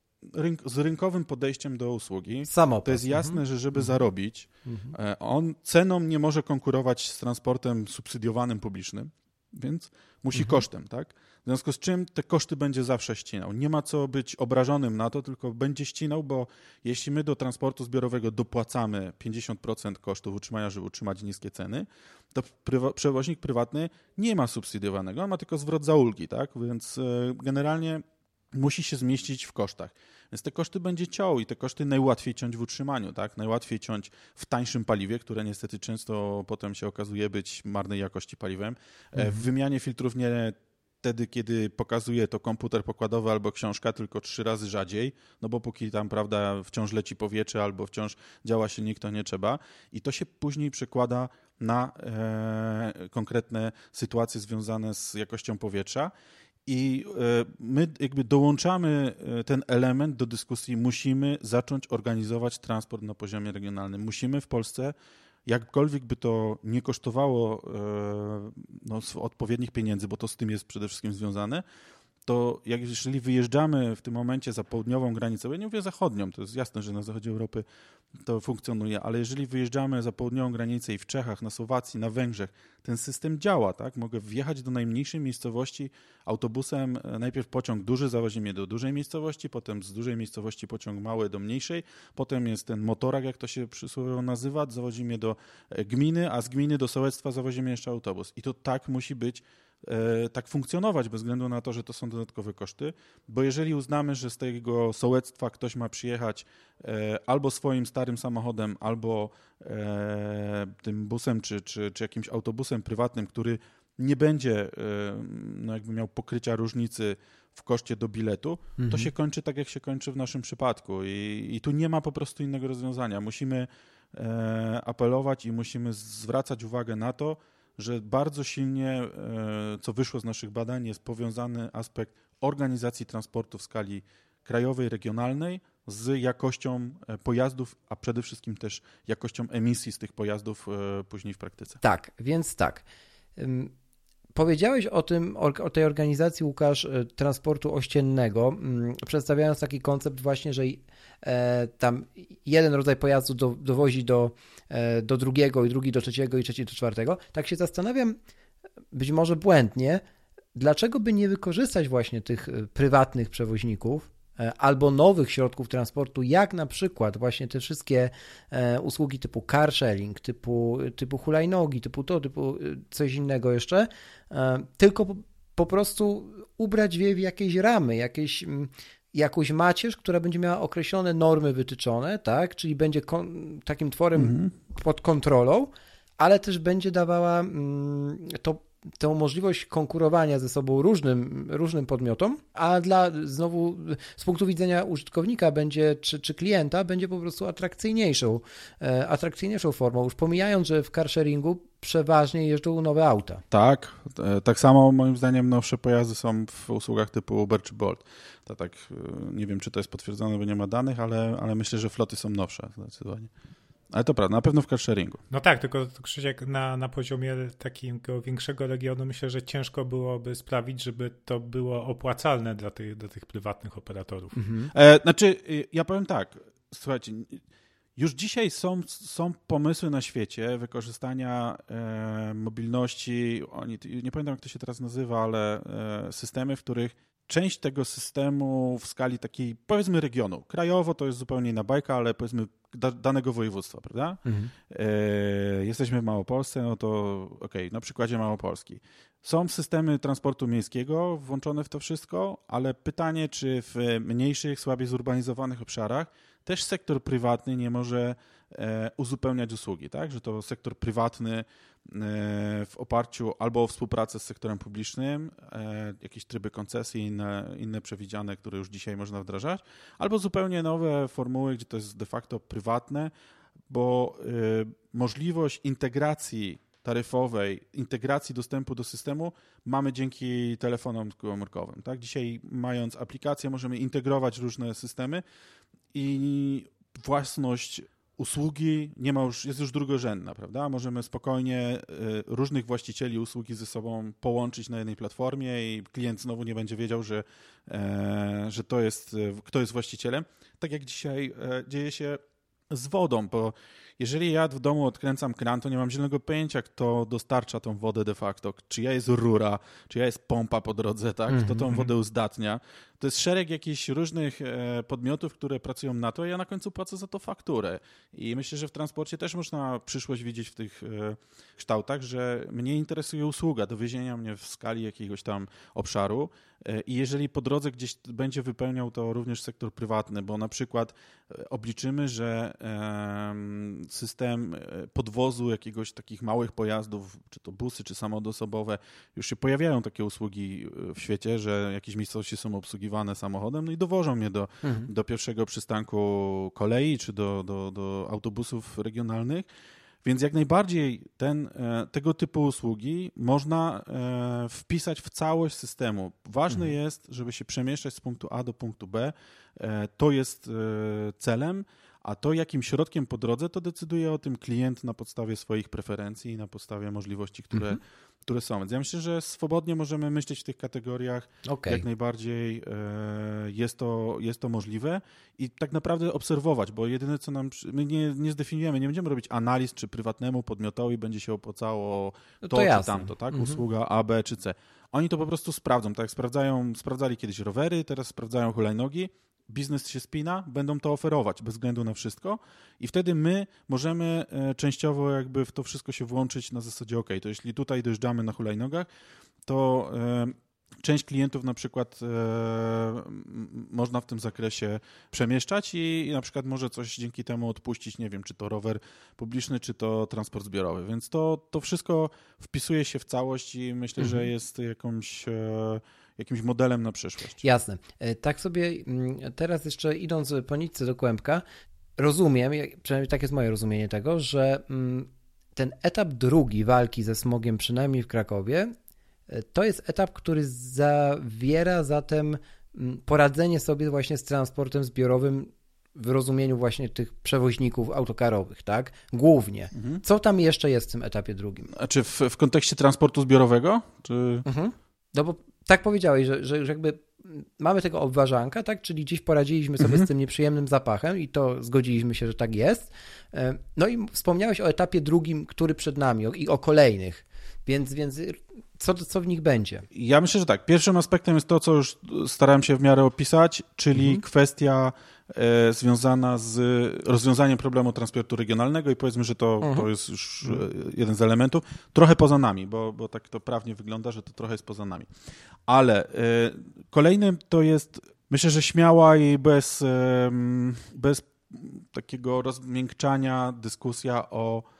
C: z rynkowym podejściem do usługi,
B: samopas.
C: To jest jasne, że żeby zarobić, on ceną nie może konkurować z transportem subsydiowanym publicznym, więc musi kosztem, tak? W związku z czym te koszty będzie zawsze ścinał. Nie ma co być obrażonym na to, tylko będzie ścinał, bo jeśli my do transportu zbiorowego dopłacamy 50% kosztów utrzymania, żeby utrzymać niskie ceny, to przewoźnik prywatny nie ma subsydiowanego, on ma tylko zwrot za ulgi, tak? Więc generalnie musi się zmieścić w kosztach. Więc te koszty będzie ciął i te koszty najłatwiej ciąć w utrzymaniu, tak? Najłatwiej ciąć w tańszym paliwie, które niestety często potem się okazuje być marnej jakości paliwem. W wymianie filtrów nie wtedy, kiedy pokazuje to komputer pokładowy albo książka, tylko 3 razy rzadziej, no bo póki tam, prawda, wciąż leci powietrze albo wciąż działa silnik, to nie trzeba. I to się później przekłada na konkretne sytuacje związane z jakością powietrza. I my jakby dołączamy ten element do dyskusji, musimy zacząć organizować transport na poziomie regionalnym. Musimy w Polsce, jakkolwiek by to nie kosztowało odpowiednich pieniędzy, bo to z tym jest przede wszystkim związane, to jeżeli wyjeżdżamy w tym momencie za południową granicę, ja nie mówię zachodnią, to jest jasne, że na zachodzie Europy to funkcjonuje, ale jeżeli wyjeżdżamy za południową granicę i w Czechach, na Słowacji, na Węgrzech, ten system działa, tak? Mogę wjechać do najmniejszej miejscowości autobusem, najpierw pociąg duży zawozi mnie do dużej miejscowości, potem z dużej miejscowości pociąg mały do mniejszej, potem jest ten motorak, jak to się przysłowiowo nazywa, zawozi mnie do gminy, a z gminy do sołectwa zawozi mnie jeszcze autobus. I to tak musi być, tak funkcjonować, bez względu na to, że to są dodatkowe koszty, bo jeżeli uznamy, że z tego sołectwa ktoś ma przyjechać albo swoim starym samochodem, albo tym busem, czy jakimś autobusem prywatnym, który nie będzie jakby miał pokrycia różnicy w koszcie do biletu, to się kończy tak, jak się kończy w naszym przypadku i tu nie ma po prostu innego rozwiązania. Musimy apelować i musimy zwracać uwagę na to, że bardzo silnie, co wyszło z naszych badań, jest powiązany aspekt organizacji transportu w skali krajowej, regionalnej z jakością pojazdów, a przede wszystkim też jakością emisji z tych pojazdów później w praktyce.
B: Tak, więc tak. Powiedziałeś o tej organizacji, Łukasz, transportu ościennego, przedstawiając taki koncept właśnie, że tam jeden rodzaj pojazdu dowozi do drugiego, i drugi do trzeciego, i trzeci do czwartego. Tak się zastanawiam, być może błędnie, dlaczego by nie wykorzystać właśnie tych prywatnych przewoźników albo nowych środków transportu, jak na przykład właśnie te wszystkie usługi typu car sharing, typu hulajnogi, typu coś innego jeszcze, tylko po prostu ubrać w jakieś ramy, jakąś macierz, która będzie miała określone normy wytyczone, tak? Czyli będzie takim tworem pod kontrolą, ale też będzie dawała to tą możliwość konkurowania ze sobą różnym podmiotom, a znowu z punktu widzenia użytkownika czy klienta będzie po prostu atrakcyjniejszą formą, już pomijając, że w carsharingu przeważnie jeżdżą nowe auta.
C: Tak samo moim zdaniem nowsze pojazdy są w usługach typu Uber czy Bolt. To tak, nie wiem, czy to jest potwierdzone, bo nie ma danych, ale myślę, że floty są nowsze zdecydowanie. Ale to prawda, na pewno w carsharingu.
A: No tak, tylko Krzysiek, na poziomie takiego większego regionu myślę, że ciężko byłoby sprawić, żeby to było opłacalne dla tych prywatnych operatorów.
C: Ja powiem tak, słuchajcie, już dzisiaj są pomysły na świecie wykorzystania mobilności, nie pamiętam jak to się teraz nazywa, ale systemy, w których część tego systemu w skali takiej, powiedzmy, regionu. Krajowo to jest zupełnie inna bajka, ale powiedzmy danego województwa, prawda? Jesteśmy w Małopolsce, no to na przykładzie Małopolski. Są systemy transportu miejskiego włączone w to wszystko, ale pytanie, czy w mniejszych, słabiej zurbanizowanych obszarach też sektor prywatny nie może uzupełniać usługi, tak? Że to sektor prywatny w oparciu albo o współpracę z sektorem publicznym, jakieś tryby koncesji, inne przewidziane, które już dzisiaj można wdrażać, albo zupełnie nowe formuły, gdzie to jest de facto prywatne, bo możliwość integracji taryfowej, integracji dostępu do systemu mamy dzięki telefonom komórkowym. Tak? Dzisiaj mając aplikację możemy integrować różne systemy i własność usługi jest już drugorzędna, prawda? Możemy spokojnie różnych właścicieli usługi ze sobą połączyć na jednej platformie i klient znowu nie będzie wiedział, że kto jest właścicielem. Tak jak dzisiaj dzieje się z wodą, bo jeżeli ja w domu odkręcam kran, to nie mam zielonego pojęcia, kto dostarcza tą wodę de facto, czyja jest rura, czyja jest pompa po drodze, tak? Kto tą wodę uzdatnia. To jest szereg jakichś różnych podmiotów, które pracują na to, a ja na końcu płacę za to fakturę. I myślę, że w transporcie też można przyszłość widzieć w tych kształtach, że mnie interesuje usługa, dowiezienia mnie w skali jakiegoś tam obszaru i jeżeli po drodze gdzieś będzie wypełniał to również sektor prywatny, bo na przykład obliczymy, że system podwozu jakiegoś takich małych pojazdów, czy to busy, czy samochody osobowe, już się pojawiają takie usługi w świecie, że jakieś miejscowości są obsługiwane samochodem, no i dowożą mnie do pierwszego przystanku kolei, czy do autobusów regionalnych. Więc jak najbardziej tego typu usługi można wpisać w całość systemu. Ważne jest, żeby się przemieszczać z punktu A do punktu B. To jest celem, a to jakim środkiem po drodze, to decyduje o tym klient na podstawie swoich preferencji i na podstawie możliwości, które są. Więc ja myślę, że swobodnie możemy myśleć w tych kategoriach. Jak najbardziej jest to możliwe i tak naprawdę obserwować, bo jedyne co my nie zdefiniujemy, nie będziemy robić analiz, czy prywatnemu podmiotowi będzie się opłacało to czy tamto, tak? Usługa A, B czy C. Oni to po prostu sprawdzą, tak jak sprawdzali kiedyś rowery, teraz sprawdzają hulajnogi. Biznes się spina, będą to oferować bez względu na wszystko i wtedy my możemy częściowo jakby w to wszystko się włączyć na zasadzie to jeśli tutaj dojeżdżamy na hulajnogach, to część klientów na przykład można w tym zakresie przemieszczać i na przykład może coś dzięki temu odpuścić, nie wiem, czy to rower publiczny, czy to transport zbiorowy, więc to wszystko wpisuje się w całość i myślę, że jest jakimś modelem na przyszłość.
B: Jasne. Tak sobie teraz jeszcze idąc po nitce do kłębka, rozumiem, przynajmniej tak jest moje rozumienie tego, że ten etap drugi walki ze smogiem, przynajmniej w Krakowie, to jest etap, który zawiera zatem poradzenie sobie właśnie z transportem zbiorowym w rozumieniu właśnie tych przewoźników autokarowych, tak? Głównie. Co tam jeszcze jest w tym etapie drugim?
C: A czy w kontekście transportu zbiorowego? Czy...
B: No bo tak powiedziałeś, że jakby mamy tego obwarzanka, tak? Czyli gdzieś poradziliśmy sobie z tym nieprzyjemnym zapachem i to zgodziliśmy się, że tak jest. No i wspomniałeś o etapie drugim, który przed nami i o kolejnych. Więc co w nich będzie?
C: Ja myślę, że tak. Pierwszym aspektem jest to, co już starałem się w miarę opisać, czyli kwestia związana z rozwiązaniem problemu transportu regionalnego i powiedzmy, że to jest już jeden z elementów. Trochę poza nami, bo tak to prawnie wygląda, że to trochę jest poza nami. Ale kolejnym to jest, myślę, że śmiała i bez takiego rozmiękczania dyskusja o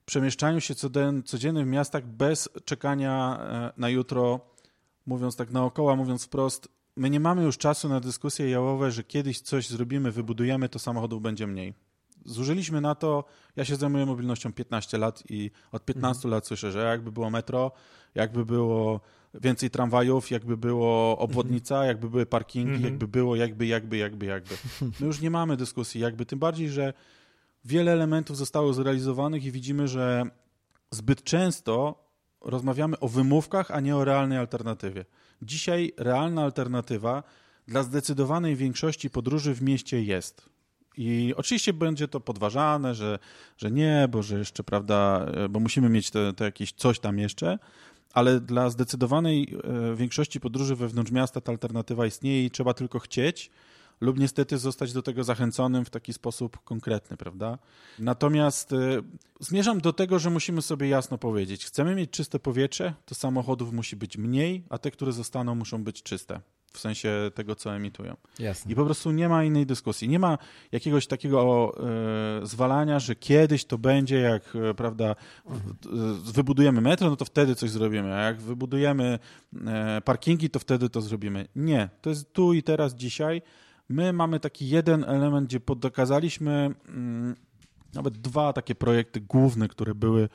C: przemieszczaniu się codziennym w miastach bez czekania na jutro, mówiąc tak naokoło, mówiąc wprost, my nie mamy już czasu na dyskusje jałowe, że kiedyś coś zrobimy, wybudujemy, to samochodów będzie mniej. Zużyliśmy na to, ja się zajmuję mobilnością 15 lat i od 15 lat słyszę, że jakby było metro, jakby było więcej tramwajów, jakby było obwodnica, jakby były parkingi, jakby było, jakby. My już nie mamy dyskusji, jakby, tym bardziej, że wiele elementów zostało zrealizowanych i widzimy, że zbyt często rozmawiamy o wymówkach, a nie o realnej alternatywie. Dzisiaj realna alternatywa dla zdecydowanej większości podróży w mieście jest. I oczywiście będzie to podważane, że nie, bo że jeszcze, prawda, bo musimy mieć to jakieś coś tam jeszcze, ale dla zdecydowanej większości podróży wewnątrz miasta ta alternatywa istnieje i trzeba tylko chcieć lub niestety zostać do tego zachęconym w taki sposób konkretny, prawda? Natomiast zmierzam do tego, że musimy sobie jasno powiedzieć, chcemy mieć czyste powietrze, to samochodów musi być mniej, a te, które zostaną, muszą być czyste. W sensie tego, co emitują.
B: Jasne.
C: I po prostu nie ma innej dyskusji. Nie ma jakiegoś takiego zwalania, że kiedyś to będzie, jak prawda, wybudujemy metro, no to wtedy coś zrobimy, a jak wybudujemy parkingi, to wtedy to zrobimy. Nie, to jest tu i teraz, dzisiaj. My mamy taki jeden element, gdzie dokazaliśmy nawet 2 takie projekty główne, które były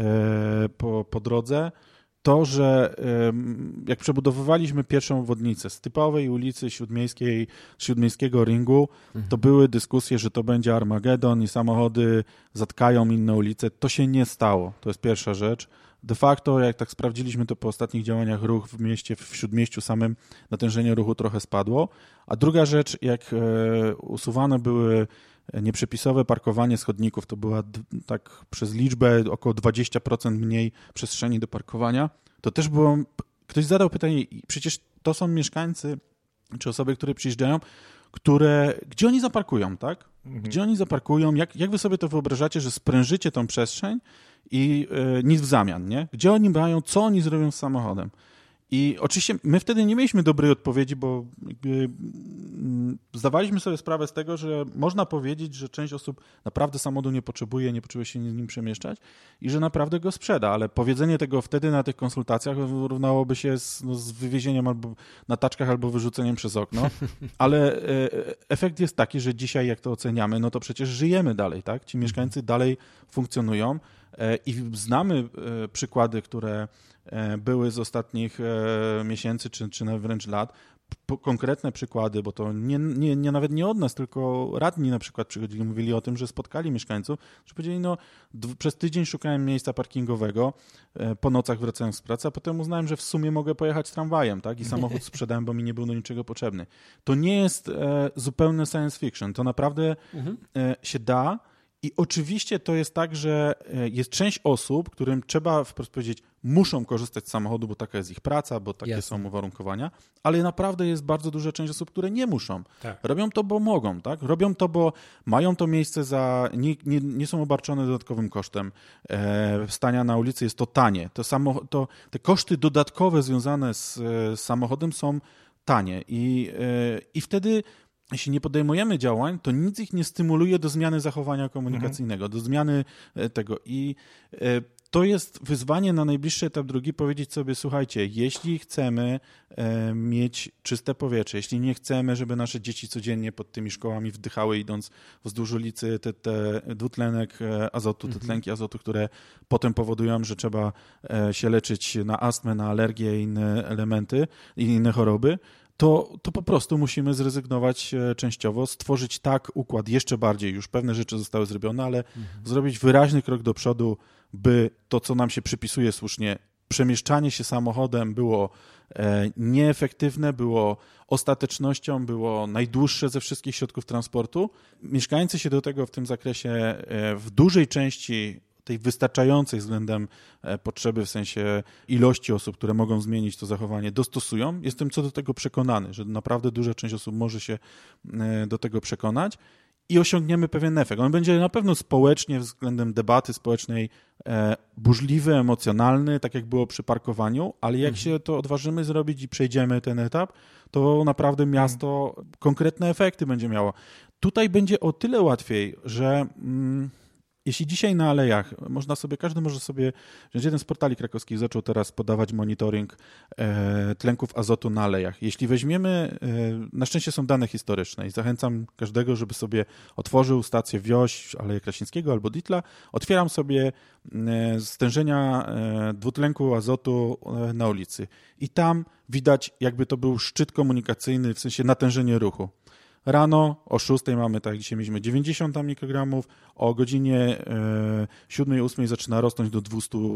C: po drodze. To, że jak przebudowywaliśmy pierwszą obwodnicę z typowej ulicy Śródmiejskiego ringu, to były dyskusje, że to będzie Armagedon i samochody zatkają inne ulice. To się nie stało. To jest pierwsza rzecz. De facto, jak tak sprawdziliśmy to po ostatnich działaniach ruch w mieście, w Śródmieściu samym, natężenie ruchu trochę spadło. A druga rzecz, jak usuwane były nieprzepisowe parkowanie schodników, to była tak przez liczbę około 20% mniej przestrzeni do parkowania, to też było, ktoś zadał pytanie, przecież to są mieszkańcy, czy osoby, które przyjeżdżają, gdzie oni zaparkują, tak? Gdzie oni zaparkują, jak wy sobie to wyobrażacie, że sprężycie tą przestrzeń i nic w zamian, nie? Gdzie oni mają, co oni zrobią z samochodem? I oczywiście my wtedy nie mieliśmy dobrej odpowiedzi, bo jakby zdawaliśmy sobie sprawę z tego, że można powiedzieć, że część osób naprawdę samochodu nie potrzebuje się nim przemieszczać i że naprawdę go sprzeda, ale powiedzenie tego wtedy na tych konsultacjach równałoby się z wywiezieniem albo na taczkach, albo wyrzuceniem przez okno, ale efekt jest taki, że dzisiaj jak to oceniamy, no to przecież żyjemy dalej, tak? Ci mieszkańcy dalej funkcjonują i znamy przykłady, które były z ostatnich miesięcy, czy wręcz lat, konkretne przykłady, bo to nawet nie od nas, tylko radni na przykład przychodzili, mówili o tym, że spotkali mieszkańców, że powiedzieli, no przez tydzień szukałem miejsca parkingowego, po nocach wracając z pracy, a potem uznałem, że w sumie mogę pojechać tramwajem, tak? I samochód sprzedałem, bo mi nie był do niczego potrzebny. To nie jest zupełne science fiction, to naprawdę się da. I oczywiście to jest tak, że jest część osób, którym trzeba wprost powiedzieć, muszą korzystać z samochodu, bo taka jest ich praca, bo takie są uwarunkowania, ale naprawdę jest bardzo duża część osób, które nie muszą. Tak. Robią to, bo mogą, tak? Robią to, bo mają to miejsce nie są obarczone dodatkowym kosztem stania na ulicy, jest to tanie. Te koszty dodatkowe związane z samochodem są tanie i wtedy jeśli nie podejmujemy działań, to nic ich nie stymuluje do zmiany zachowania komunikacyjnego, do zmiany tego. I to jest wyzwanie na najbliższy etap drogi, powiedzieć sobie, słuchajcie, jeśli chcemy mieć czyste powietrze, jeśli nie chcemy, żeby nasze dzieci codziennie pod tymi szkołami wdychały, idąc wzdłuż ulicy, te dwutlenek azotu, te tlenki azotu, które potem powodują, że trzeba się leczyć na astmę, na alergię i inne elementy, i inne choroby, to po prostu musimy zrezygnować częściowo, stworzyć tak układ jeszcze bardziej, już pewne rzeczy zostały zrobione, ale zrobić wyraźny krok do przodu, by to, co nam się przypisuje słusznie, przemieszczanie się samochodem było nieefektywne, było ostatecznością, było najdłuższe ze wszystkich środków transportu. Mieszkańcy się do tego w tym zakresie w dużej części tej wystarczającej względem potrzeby, w sensie ilości osób, które mogą zmienić to zachowanie, dostosują. Jestem co do tego przekonany, że naprawdę duża część osób może się do tego przekonać i osiągniemy pewien efekt. On będzie na pewno społecznie, względem debaty społecznej burzliwy, emocjonalny, tak jak było przy parkowaniu, ale jak się to odważymy zrobić i przejdziemy ten etap, to naprawdę miasto konkretne efekty będzie miało. Tutaj będzie o tyle łatwiej, że jeśli dzisiaj na alejach każdy może sobie, jeden z portali krakowskich zaczął teraz podawać monitoring tlenków azotu na alejach. Jeśli weźmiemy, na szczęście są dane historyczne i zachęcam każdego, żeby sobie otworzył stację Wioś, Aleje Krasińskiego albo Ditla, otwieram sobie stężenia dwutlenku azotu na ulicy i tam widać, jakby to był szczyt komunikacyjny, w sensie natężenie ruchu. Rano o 6 mamy, tak jak dzisiaj mieliśmy, 90 mikrogramów, o godzinie 7-8 zaczyna rosnąć do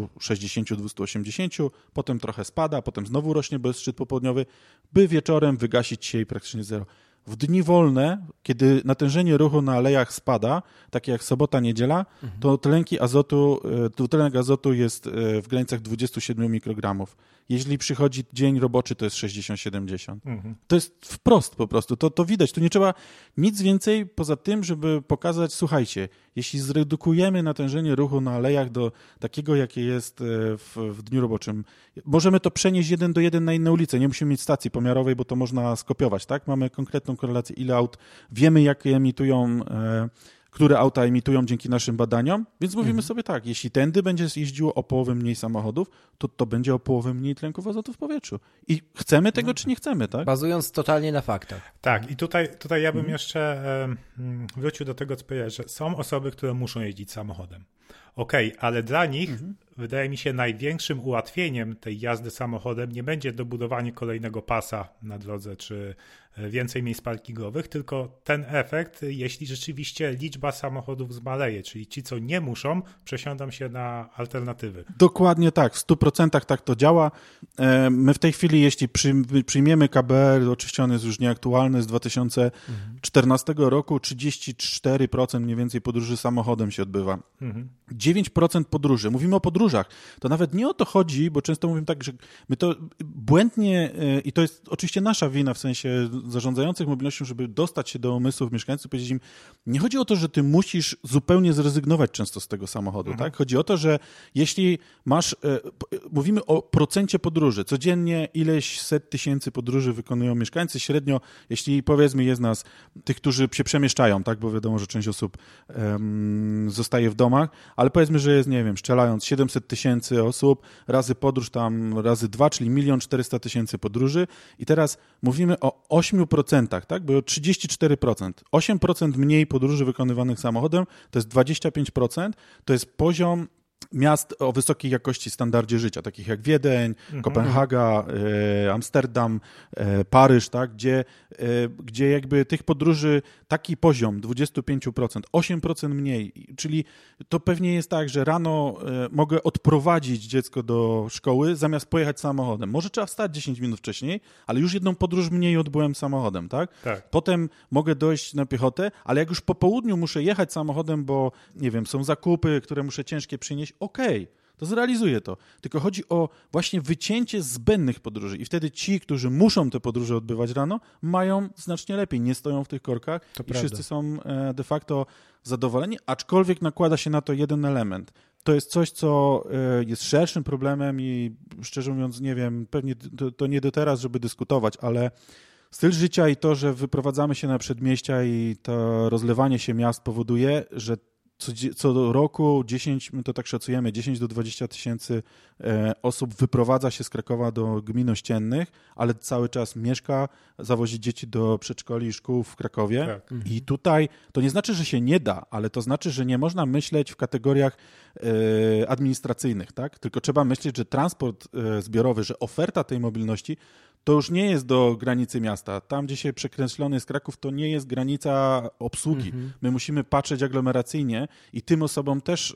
C: 260-280, potem trochę spada, potem znowu rośnie, bo jest szczyt popołudniowy, by wieczorem wygasić się i praktycznie zero. W dni wolne, kiedy natężenie ruchu na alejach spada, takie jak sobota, niedziela, to dwutlenek azotu jest w granicach 27 mikrogramów. Jeśli przychodzi dzień roboczy, to jest 60-70. To jest wprost po prostu, to widać. Tu nie trzeba nic więcej poza tym, żeby pokazać, słuchajcie, jeśli zredukujemy natężenie ruchu na alejach do takiego, jakie jest w dniu roboczym, możemy to przenieść 1:1 na inne ulice. Nie musimy mieć stacji pomiarowej, bo to można skopiować, tak? Mamy konkretną korelację, ile aut, wiemy, jakie emitują, które auta emitują dzięki naszym badaniom, więc mówimy sobie tak, jeśli tędy będzie jeździło o połowę mniej samochodów, to będzie o połowę mniej tlenków azotu w powietrzu. I chcemy tego, czy nie chcemy, tak?
B: Bazując totalnie na faktach.
A: Tak, i tutaj ja bym jeszcze wrócił do tego, co powiedziałeś, że są osoby, które muszą jeździć samochodem. Okej, ale dla nich wydaje mi się największym ułatwieniem tej jazdy samochodem nie będzie dobudowanie kolejnego pasa na drodze, czy więcej miejsc parkingowych, tylko ten efekt, jeśli rzeczywiście liczba samochodów zmaleje, czyli ci, co nie muszą, przesiądą się na alternatywy.
C: Dokładnie tak, w 100% tak to działa. My w tej chwili, jeśli przyjmiemy KBR, oczywiście on jest już nieaktualny, z 2014 roku 34% mniej więcej podróży samochodem się odbywa. 9% podróży. Mówimy o podróżach. To nawet nie o to chodzi, bo często mówimy tak, że my to błędnie, i to jest oczywiście nasza wina w sensie zarządzających mobilnością, żeby dostać się do umysłów mieszkańców, powiedzieć im, nie chodzi o to, że ty musisz zupełnie zrezygnować często z tego samochodu, tak? Chodzi o to, że jeśli masz, mówimy o procencie podróży, codziennie ileś set tysięcy podróży wykonują mieszkańcy, średnio, jeśli powiedzmy jest nas tych, którzy się przemieszczają, tak? Bo wiadomo, że część osób zostaje w domach, ale powiedzmy, że jest, nie wiem, strzelając 700 tysięcy osób, razy podróż tam, razy 2, czyli 1 400 000 podróży i teraz mówimy o 8%, tak? Bo 34%. 8% mniej podróży wykonywanych samochodem to jest 25%, to jest poziom miast o wysokiej jakości standardzie życia, takich jak Wiedeń, Kopenhaga, Amsterdam, Paryż, tak? Gdzie jakby tych podróży taki poziom 25%, 8% mniej, czyli to pewnie jest tak, że rano mogę odprowadzić dziecko do szkoły zamiast pojechać samochodem. Może trzeba wstać 10 minut wcześniej, ale już jedną podróż mniej odbyłem samochodem, tak?
A: Tak.
C: Potem mogę dojść na piechotę, ale jak już po południu muszę jechać samochodem, bo nie wiem, są zakupy, które muszę ciężkie przynieść, okej, to zrealizuję to. Tylko chodzi o właśnie wycięcie zbędnych podróży i wtedy ci, którzy muszą te podróże odbywać rano, mają znacznie lepiej, nie stoją w tych korkach
B: To
C: i
B: prawda.
C: wszyscy są de facto zadowoleni, aczkolwiek nakłada się na to jeden element. To jest coś, co jest szerszym problemem i szczerze mówiąc, nie wiem, pewnie to nie do teraz, żeby dyskutować, ale styl życia i to, że wyprowadzamy się na przedmieścia i to rozlewanie się miast powoduje, że co roku 10, my to tak szacujemy, 10 do 20 tysięcy osób wyprowadza się z Krakowa do gmin ościennych, ale cały czas mieszka, zawozi dzieci do przedszkoli i szkół w Krakowie.
A: Tak.
C: I tutaj to nie znaczy, że się nie da, ale to znaczy, że nie można myśleć w kategoriach administracyjnych, tak? Tylko trzeba myśleć, że transport zbiorowy, że oferta tej mobilności to już nie jest do granicy miasta. Tam, gdzie się przekreślony jest Kraków, to nie jest granica obsługi. My musimy patrzeć aglomeracyjnie i tym osobom też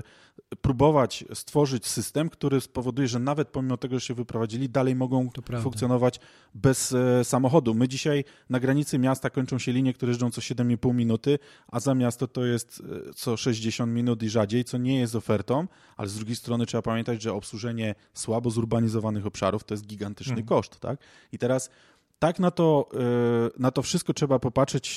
C: próbować stworzyć system, który spowoduje, że nawet pomimo tego, że się wyprowadzili, dalej mogą funkcjonować bez samochodu. My dzisiaj na granicy miasta kończą się linie, które jeżdżą co 7,5 minuty, a za miasto to jest co 60 minut i rzadziej, co nie jest ofertą, ale z drugiej strony trzeba pamiętać, że obsłużenie słabo zurbanizowanych obszarów to jest gigantyczny koszt, tak? I teraz tak na to wszystko trzeba popatrzeć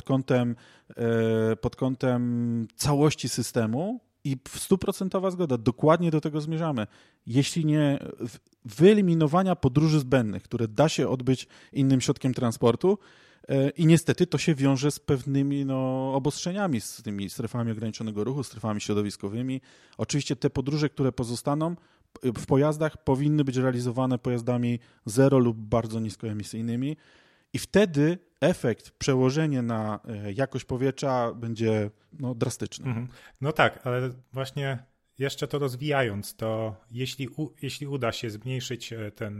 C: pod kątem całości systemu i 100% zgoda, dokładnie do tego zmierzamy. Jeśli nie wyeliminowania podróży zbędnych, które da się odbyć innym środkiem transportu, i niestety to się wiąże z pewnymi obostrzeniami, z tymi strefami ograniczonego ruchu, strefami środowiskowymi. Oczywiście te podróże, które pozostaną w pojazdach, powinny być realizowane pojazdami zero lub bardzo niskoemisyjnymi i wtedy efekt, przełożenie na jakość powietrza będzie drastyczny.
A: No tak, ale właśnie jeszcze to rozwijając, to jeśli uda się zmniejszyć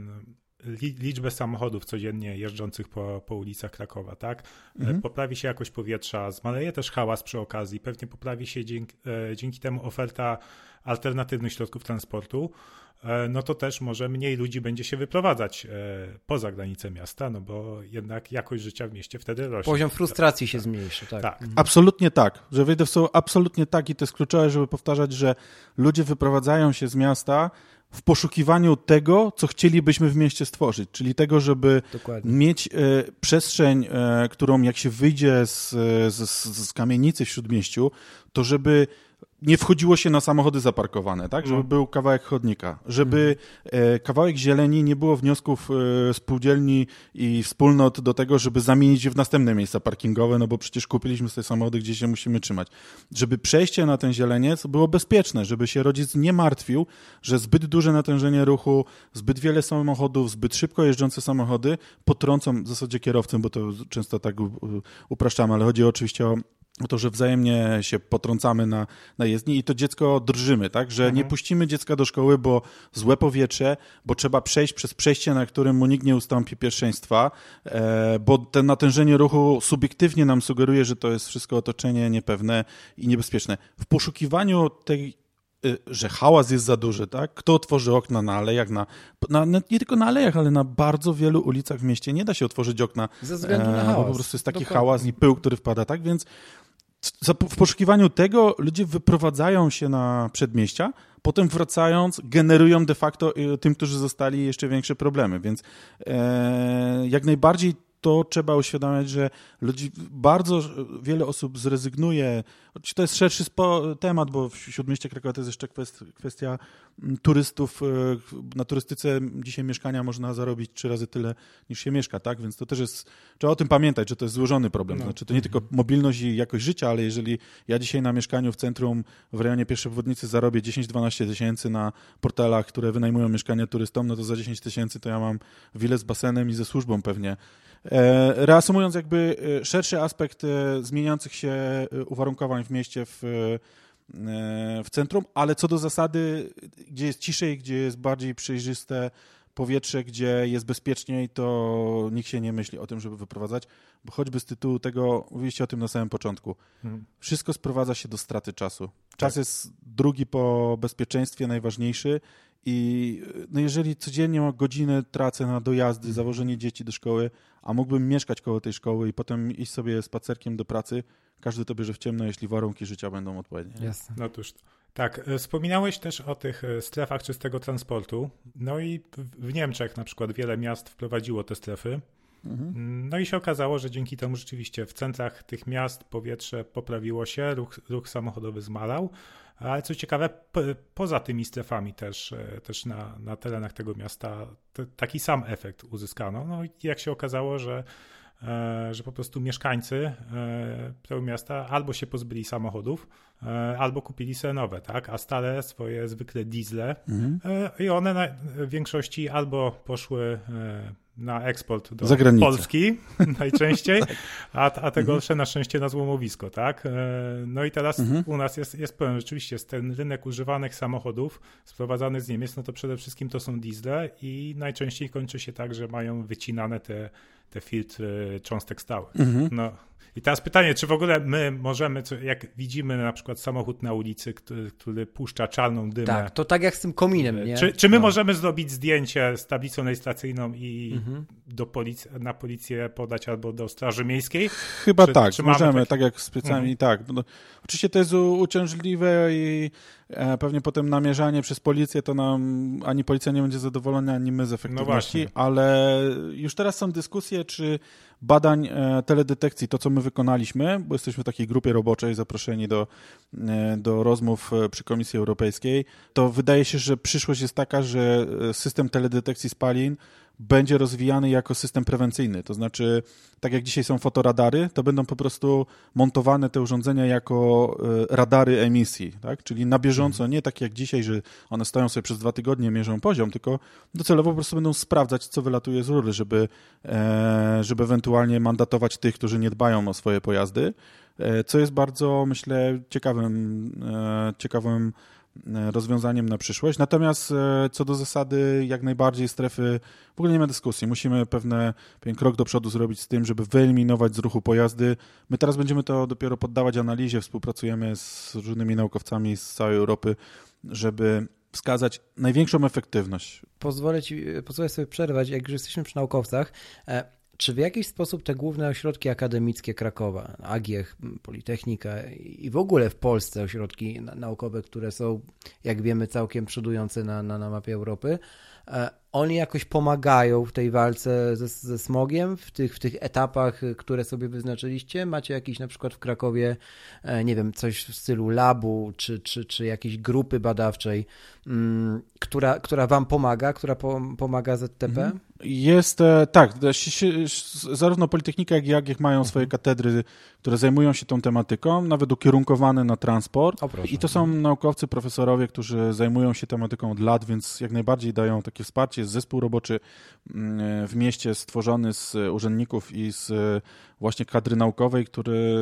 A: liczbę samochodów codziennie jeżdżących po ulicach Krakowa, tak? Poprawi się jakość powietrza, zmaleje też hałas przy okazji, pewnie poprawi się dzięki temu oferta alternatywnych środków transportu, no to też może mniej ludzi będzie się wyprowadzać poza granice miasta, no bo jednak jakość życia w mieście wtedy rośnie.
B: Poziom frustracji się zmniejszy, tak.
A: Tak.
C: Absolutnie tak, że wejdę w słowo, absolutnie tak i to jest kluczowe, żeby powtarzać, że ludzie wyprowadzają się z miasta w poszukiwaniu tego, co chcielibyśmy w mieście stworzyć, czyli tego, żeby mieć przestrzeń, którą jak się wyjdzie z kamienicy w Śródmieściu, to żeby nie wchodziło się na samochody zaparkowane, tak? Żeby był kawałek chodnika, żeby kawałek zieleni, nie było wniosków spółdzielni i wspólnot do tego, żeby zamienić je w następne miejsca parkingowe, no bo przecież kupiliśmy sobie samochody, gdzie się musimy trzymać. Żeby przejście na ten zieleniec było bezpieczne, żeby się rodzic nie martwił, że zbyt duże natężenie ruchu, zbyt wiele samochodów, zbyt szybko jeżdżące samochody potrącą w zasadzie kierowcę, bo to często tak upraszczamy, ale chodzi oczywiście o to, że wzajemnie się potrącamy na jezdni i to dziecko drżymy, tak? Że nie puścimy dziecka do szkoły, bo złe powietrze, bo trzeba przejść przez przejście, na którym mu nikt nie ustąpi pierwszeństwa, bo to natężenie ruchu subiektywnie nam sugeruje, że to jest wszystko otoczenie niepewne i niebezpieczne. W poszukiwaniu że hałas jest za duży, tak? Kto otworzy okna na alejach, nie tylko na alejach, ale na bardzo wielu ulicach w mieście nie da się otworzyć okna.
B: Ze względu na hałas.
C: Bo po prostu jest taki hałas i pył, który wpada, tak? Więc w poszukiwaniu tego ludzie wyprowadzają się na przedmieścia, potem wracając generują de facto tym, którzy zostali, jeszcze większe problemy, więc jak najbardziej to trzeba uświadamiać, że bardzo wiele osób zrezygnuje. To jest szerszy temat, bo w Śródmieście Krakowa to jest jeszcze kwestia turystów. Na turystyce dzisiaj mieszkania można zarobić 3 razy tyle, niż się mieszka, tak? Więc to też jest, trzeba o tym pamiętać, że to jest złożony problem. Znaczy, to nie tylko mobilność i jakość życia, ale jeżeli ja dzisiaj na mieszkaniu w centrum, w rejonie pierwszej obwodnicy zarobię 10-12 tysięcy na portalach, które wynajmują mieszkania turystom, no to za 10 tysięcy to ja mam willę z basenem i ze służbą pewnie. Reasumując jakby szerszy aspekt zmieniających się uwarunkowań w mieście w centrum, ale co do zasady, gdzie jest ciszej, gdzie jest bardziej przejrzyste powietrze, gdzie jest bezpieczniej, to nikt się nie myśli o tym, żeby wyprowadzać, bo choćby z tytułu tego, mówiliście o tym na samym początku, wszystko sprowadza się do straty czasu. Czas jest drugi po bezpieczeństwie, najważniejszy i jeżeli codziennie mam godzinę tracę na dojazdy, zawożenie dzieci do szkoły, a mógłbym mieszkać koło tej szkoły i potem iść sobie spacerkiem do pracy, każdy to bierze w ciemno, jeśli warunki życia będą odpowiednie.
B: Jasne.
A: No cóż, tak, wspominałeś też o tych strefach czystego transportu, no i w Niemczech na przykład wiele miast wprowadziło te strefy, no i się okazało, że dzięki temu rzeczywiście w centrach tych miast powietrze poprawiło się, ruch samochodowy zmalał, ale co ciekawe, poza tymi strefami też na terenach tego miasta taki sam efekt uzyskano. No i jak się okazało, że po prostu mieszkańcy tego miasta albo się pozbyli samochodów, albo kupili sobie nowe, tak? A stare swoje zwykle diesle i one w większości albo poszły na eksport do Polski najczęściej, a te gorsze na szczęście na złomowisko, tak? No i teraz u nas jest problem, rzeczywiście jest ten rynek używanych samochodów sprowadzany z Niemiec, no to przede wszystkim to są diesle i najczęściej kończy się tak, że mają wycinane te filtry cząstek stałych. No. I teraz pytanie, czy w ogóle my możemy, jak widzimy na przykład samochód na ulicy, który puszcza czarną dymę.
B: Tak, to tak jak z tym kominem, nie?
A: Czy my możemy zrobić zdjęcie z tablicą rejestracyjną i na policję podać albo do Straży Miejskiej?
C: Chyba tak, możemy, tak jak z piecami, tak. No, oczywiście to jest uciążliwe i pewnie potem namierzanie przez policję, to nam ani policja nie będzie zadowolona, ani my z efektywności, ale już teraz są dyskusje, czy badań teledetekcji, to co my wykonaliśmy, bo jesteśmy w takiej grupie roboczej zaproszeni do rozmów przy Komisji Europejskiej, to wydaje się, że przyszłość jest taka, że system teledetekcji spalin będzie rozwijany jako system prewencyjny. To znaczy, tak jak dzisiaj są fotoradary, to będą po prostu montowane te urządzenia jako radary emisji, tak? Czyli na bieżąco, nie tak jak dzisiaj, że one stoją sobie przez 2 tygodnie, mierzą poziom, tylko docelowo po prostu będą sprawdzać, co wylatuje z rury, żeby ewentualnie mandatować tych, którzy nie dbają o swoje pojazdy, co jest bardzo, myślę, ciekawym rozwiązaniem na przyszłość. Natomiast co do zasady, jak najbardziej strefy, w ogóle nie ma dyskusji. Musimy pewien krok do przodu zrobić z tym, żeby wyeliminować z ruchu pojazdy. My teraz będziemy to dopiero poddawać analizie, współpracujemy z różnymi naukowcami z całej Europy, żeby wskazać największą efektywność.
B: Pozwolę sobie przerwać, jak już jesteśmy przy naukowcach. Czy w jakiś sposób te główne ośrodki akademickie Krakowa, AGH, Politechnika i w ogóle w Polsce ośrodki naukowe, które są, jak wiemy, całkiem przodujące na mapie Europy, oni jakoś pomagają w tej walce ze smogiem, w tych etapach, które sobie wyznaczyliście? Macie jakiś na przykład w Krakowie, nie wiem, coś w stylu labu, czy jakiejś grupy badawczej, która wam pomaga, która pomaga ZTP?
C: Jest, tak, zarówno Politechnika, jak i AGH mają swoje katedry, które zajmują się tą tematyką, nawet ukierunkowane na transport. I to są naukowcy, profesorowie, którzy zajmują się tematyką od lat, więc jak najbardziej dają takie wsparcie. Jest zespół roboczy w mieście stworzony z urzędników i z właśnie kadry naukowej, który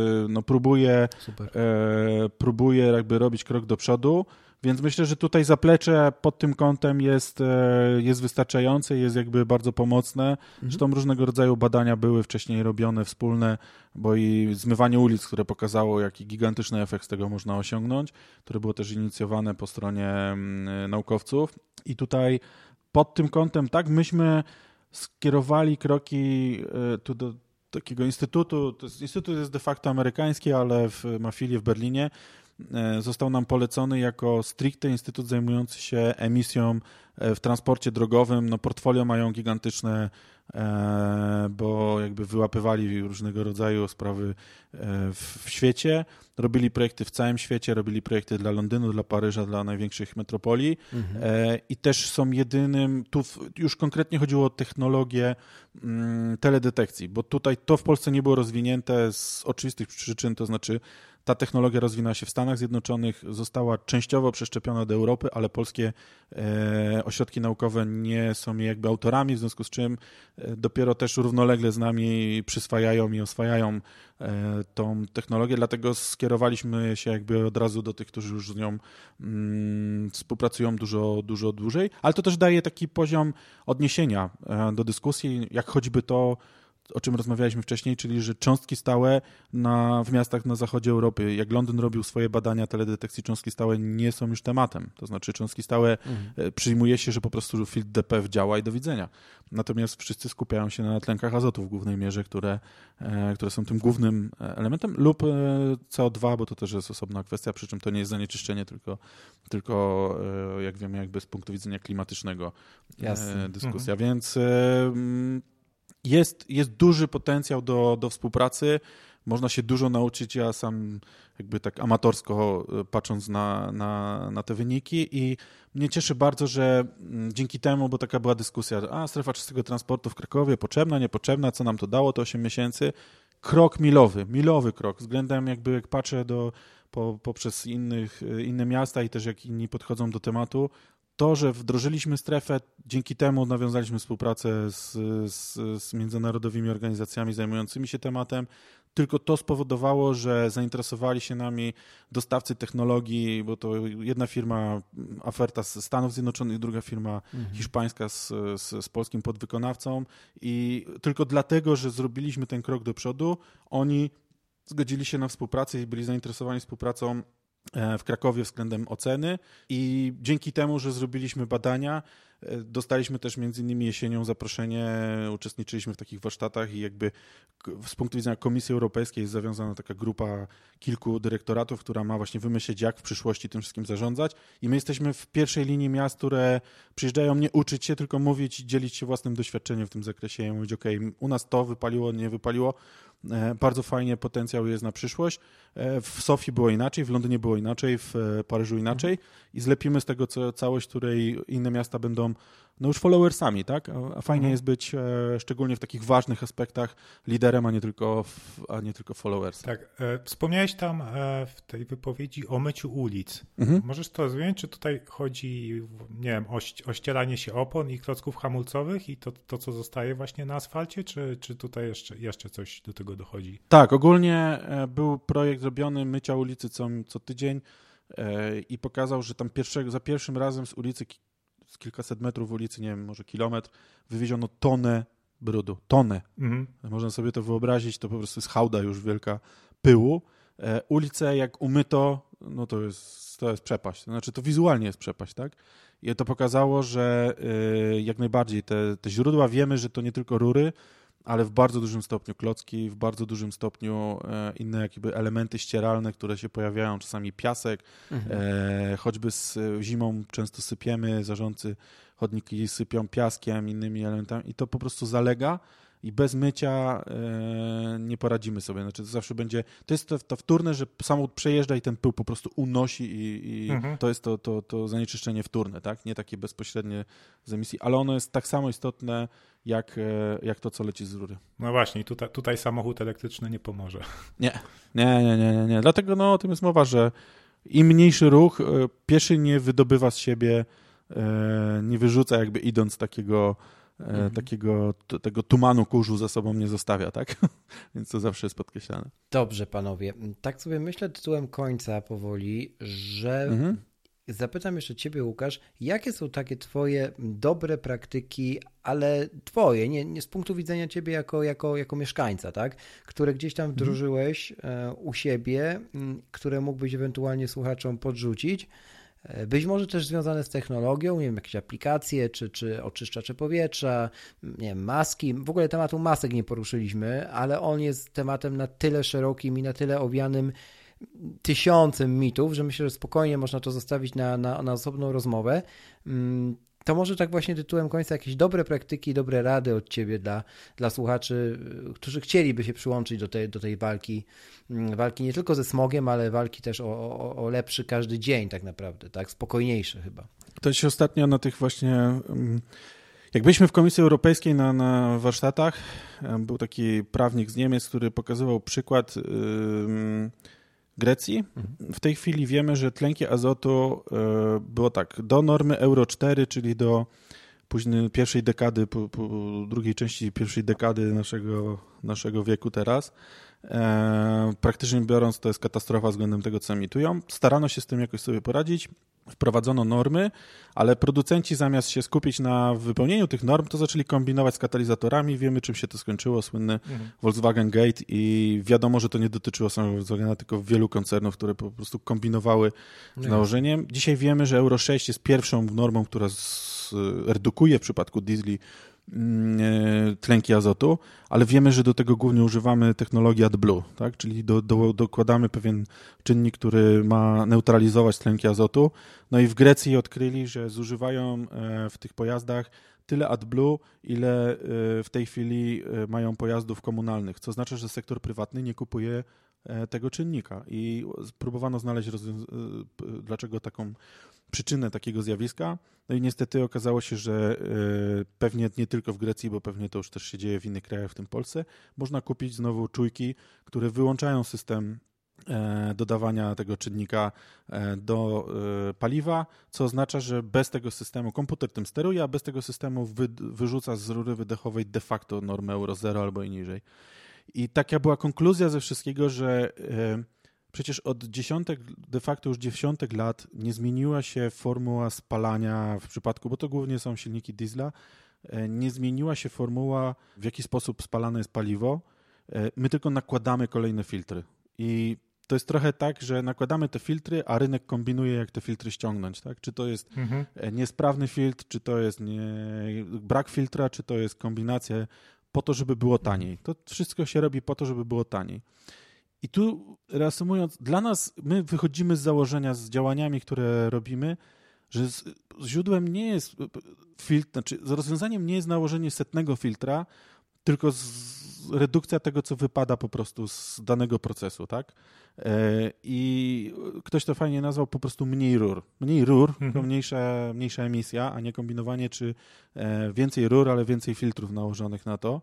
C: próbuje jakby robić krok do przodu. Więc myślę, że tutaj zaplecze pod tym kątem jest wystarczające, jest jakby bardzo pomocne. Zresztą różnego rodzaju badania były wcześniej robione wspólne, bo i zmywanie ulic, które pokazało, jaki gigantyczny efekt z tego można osiągnąć, które było też inicjowane po stronie naukowców. I tutaj pod tym kątem, tak, myśmy skierowali kroki tu do takiego instytutu. Instytut jest de facto amerykański, ale ma filię w Berlinie. Został nam polecony jako stricte instytut zajmujący się emisją w transporcie drogowym. No, portfolio mają gigantyczne, bo jakby wyłapywali różnego rodzaju sprawy w świecie. Robili projekty w całym świecie, robili projekty dla Londynu, dla Paryża, dla największych metropolii i też są jedynym, tu już konkretnie chodziło o technologię teledetekcji, bo tutaj to w Polsce nie było rozwinięte z oczywistych przyczyn, to znaczy ta technologia rozwinęła się w Stanach Zjednoczonych, została częściowo przeszczepiona do Europy, ale polskie ośrodki naukowe nie są jej jakby autorami, w związku z czym dopiero też równolegle z nami przyswajają i oswajają tą technologię, dlatego skierowaliśmy się jakby od razu do tych, którzy już z nią współpracują dużo dłużej, ale to też daje taki poziom odniesienia do dyskusji, jak choćby to, o czym rozmawialiśmy wcześniej, czyli że cząstki stałe w miastach na zachodzie Europy, jak Londyn robił swoje badania teledetekcji, cząstki stałe nie są już tematem. To znaczy cząstki stałe przyjmuje się, że po prostu filtr DPF działa i do widzenia. Natomiast wszyscy skupiają się na tlenkach azotu w głównej mierze, które są tym głównym elementem, lub CO2, bo to też jest osobna kwestia, przy czym to nie jest zanieczyszczenie, tylko jak wiemy, jakby z punktu widzenia klimatycznego dyskusja. Więc jest duży potencjał do współpracy, można się dużo nauczyć. Ja sam jakby tak amatorsko patrząc na te wyniki i mnie cieszy bardzo, że dzięki temu, bo taka była dyskusja, strefa czystego transportu w Krakowie, potrzebna, niepotrzebna, co nam to dało, to 8 miesięcy. Krok milowy krok, względem jakby jak patrzę poprzez inne miasta i też jak inni podchodzą do tematu, to, że wdrożyliśmy strefę, dzięki temu nawiązaliśmy współpracę z międzynarodowymi organizacjami zajmującymi się tematem, tylko to spowodowało, że zainteresowali się nami dostawcy technologii, bo to jedna firma, oferta z Stanów Zjednoczonych, druga firma hiszpańska z polskim podwykonawcą i tylko dlatego, że zrobiliśmy ten krok do przodu, oni zgodzili się na współpracę i byli zainteresowani współpracą w Krakowie względem oceny i dzięki temu, że zrobiliśmy badania, dostaliśmy też między innymi jesienią zaproszenie, uczestniczyliśmy w takich warsztatach i jakby z punktu widzenia Komisji Europejskiej jest zawiązana taka grupa kilku dyrektoratów, która ma właśnie wymyślić, jak w przyszłości tym wszystkim zarządzać i my jesteśmy w pierwszej linii miast, które przyjeżdżają nie uczyć się, tylko mówić i dzielić się własnym doświadczeniem w tym zakresie i mówić, u nas to wypaliło, nie wypaliło. Bardzo fajnie, potencjał jest na przyszłość. W Sofii było inaczej, w Londynie było inaczej, w Paryżu inaczej i zlepimy z tego całość, której inne miasta będą no już followersami, tak? A fajnie jest być szczególnie w takich ważnych aspektach liderem, a nie tylko followersem.
A: Tak, wspomniałeś tam w tej wypowiedzi o myciu ulic. Możesz to zrozumieć, czy tutaj chodzi, nie wiem, o ścieranie się opon i klocków hamulcowych i to co zostaje właśnie na asfalcie, czy tutaj jeszcze coś do tego dochodzi?
C: Tak, ogólnie był projekt robiony mycia ulicy co tydzień i pokazał, że tam za pierwszym razem z ulicy, z kilkaset metrów ulicy, nie wiem, może kilometr, wywieziono tonę brudu. Tonę. Można sobie to wyobrazić, to po prostu jest hałda już wielka pyłu. Ulice jak umyto, no to jest przepaść. To znaczy to wizualnie jest przepaść, tak? I to pokazało, że jak najbardziej te źródła, wiemy, że to nie tylko rury, ale w bardzo dużym stopniu klocki, w bardzo dużym stopniu inne jakby elementy ścieralne, które się pojawiają, czasami piasek, choćby zimą często sypiemy, zarządcy chodniki sypią piaskiem, innymi elementami i to po prostu zalega i bez mycia nie poradzimy sobie. Znaczy to zawsze będzie, to jest to wtórne, że samochód przejeżdża i ten pył po prostu unosi i to jest to zanieczyszczenie wtórne, tak? Nie takie bezpośrednie z emisji, ale ono jest tak samo istotne jak to, co leci z rury.
A: No właśnie, tutaj samochód elektryczny nie pomoże.
C: Nie. Dlatego o tym jest mowa, że im mniejszy ruch, pieszy nie wydobywa z siebie, nie wyrzuca jakby idąc tego tumanu kurzu za sobą nie zostawia, tak? Więc to zawsze jest podkreślane.
B: Dobrze, panowie. Tak sobie myślę tytułem końca powoli, że zapytam jeszcze ciebie, Łukasz, jakie są takie twoje dobre praktyki, ale twoje, nie z punktu widzenia ciebie jako mieszkańca, tak? Które gdzieś tam wdrożyłeś u siebie, które mógłbyś ewentualnie słuchaczom podrzucić. Być może też związane z technologią, nie wiem, jakieś aplikacje, czy oczyszczacze powietrza, nie wiem, maski. W ogóle tematu masek nie poruszyliśmy, ale on jest tematem na tyle szerokim i na tyle owianym tysiącem mitów, że myślę, że spokojnie można to zostawić na osobną rozmowę. To może tak właśnie tytułem końca jakieś dobre praktyki, dobre rady od ciebie dla słuchaczy, którzy chcieliby się przyłączyć do tej walki nie tylko ze smogiem, ale walki też o lepszy każdy dzień tak naprawdę, tak? Spokojniejszy chyba.
C: To się ostatnio na tych właśnie... Jak byliśmy w Komisji Europejskiej na warsztatach, był taki prawnik z Niemiec, który pokazywał przykład Grecji. W tej chwili wiemy, że tlenki azotu było tak, do normy Euro 4, czyli do późnej pierwszej dekady, po drugiej części pierwszej dekady naszego wieku teraz. Praktycznie biorąc, to jest katastrofa względem tego, co emitują. Starano się z tym jakoś sobie poradzić. Wprowadzono normy, ale producenci zamiast się skupić na wypełnieniu tych norm, to zaczęli kombinować z katalizatorami. Wiemy, czym się to skończyło, słynny Volkswagen Gate i wiadomo, że to nie dotyczyło samego Volkswagena, tylko wielu koncernów, które po prostu kombinowały z nałożeniem. Dzisiaj wiemy, że Euro 6 jest pierwszą normą, która redukuje w przypadku diesli tlenki azotu, ale wiemy, że do tego głównie używamy technologii AdBlue, tak? Czyli dokładamy pewien czynnik, który ma neutralizować tlenki azotu. No i w Grecji odkryli, że zużywają w tych pojazdach tyle AdBlue, ile w tej chwili mają pojazdów komunalnych, co oznacza, że sektor prywatny nie kupuje tego czynnika i próbowano znaleźć dlaczego taką przyczynę takiego zjawiska. No i niestety okazało się, że pewnie nie tylko w Grecji, bo pewnie to już też się dzieje w innych krajach, w tym Polsce, można kupić znowu czujki, które wyłączają system dodawania tego czynnika do paliwa, co oznacza, że bez tego systemu komputer tym steruje, a bez tego systemu wyrzuca z rury wydechowej de facto normę Euro 0 albo i niżej. I taka była konkluzja ze wszystkiego, że przecież od de facto już dziesiątek lat nie zmieniła się formuła spalania w przypadku, bo to głównie są silniki diesla, nie zmieniła się formuła, w jaki sposób spalane jest paliwo. My tylko nakładamy kolejne filtry. I to jest trochę tak, że nakładamy te filtry, a rynek kombinuje, jak te filtry ściągnąć. Tak? Czy to jest niesprawny filtr, czy to jest brak filtra, czy to jest kombinacja po to, żeby było taniej. To wszystko się robi po to, żeby było taniej. I tu reasumując, dla nas, my wychodzimy z założenia, z działaniami, które robimy, że źródłem nie jest filtr, znaczy rozwiązaniem nie jest nałożenie setnego filtra, tylko redukcja tego, co wypada po prostu z danego procesu, tak? I ktoś to fajnie nazwał po prostu mniej rur. Mniej rur, to mniejsza emisja, a nie kombinowanie, czy więcej rur, ale więcej filtrów nałożonych na to.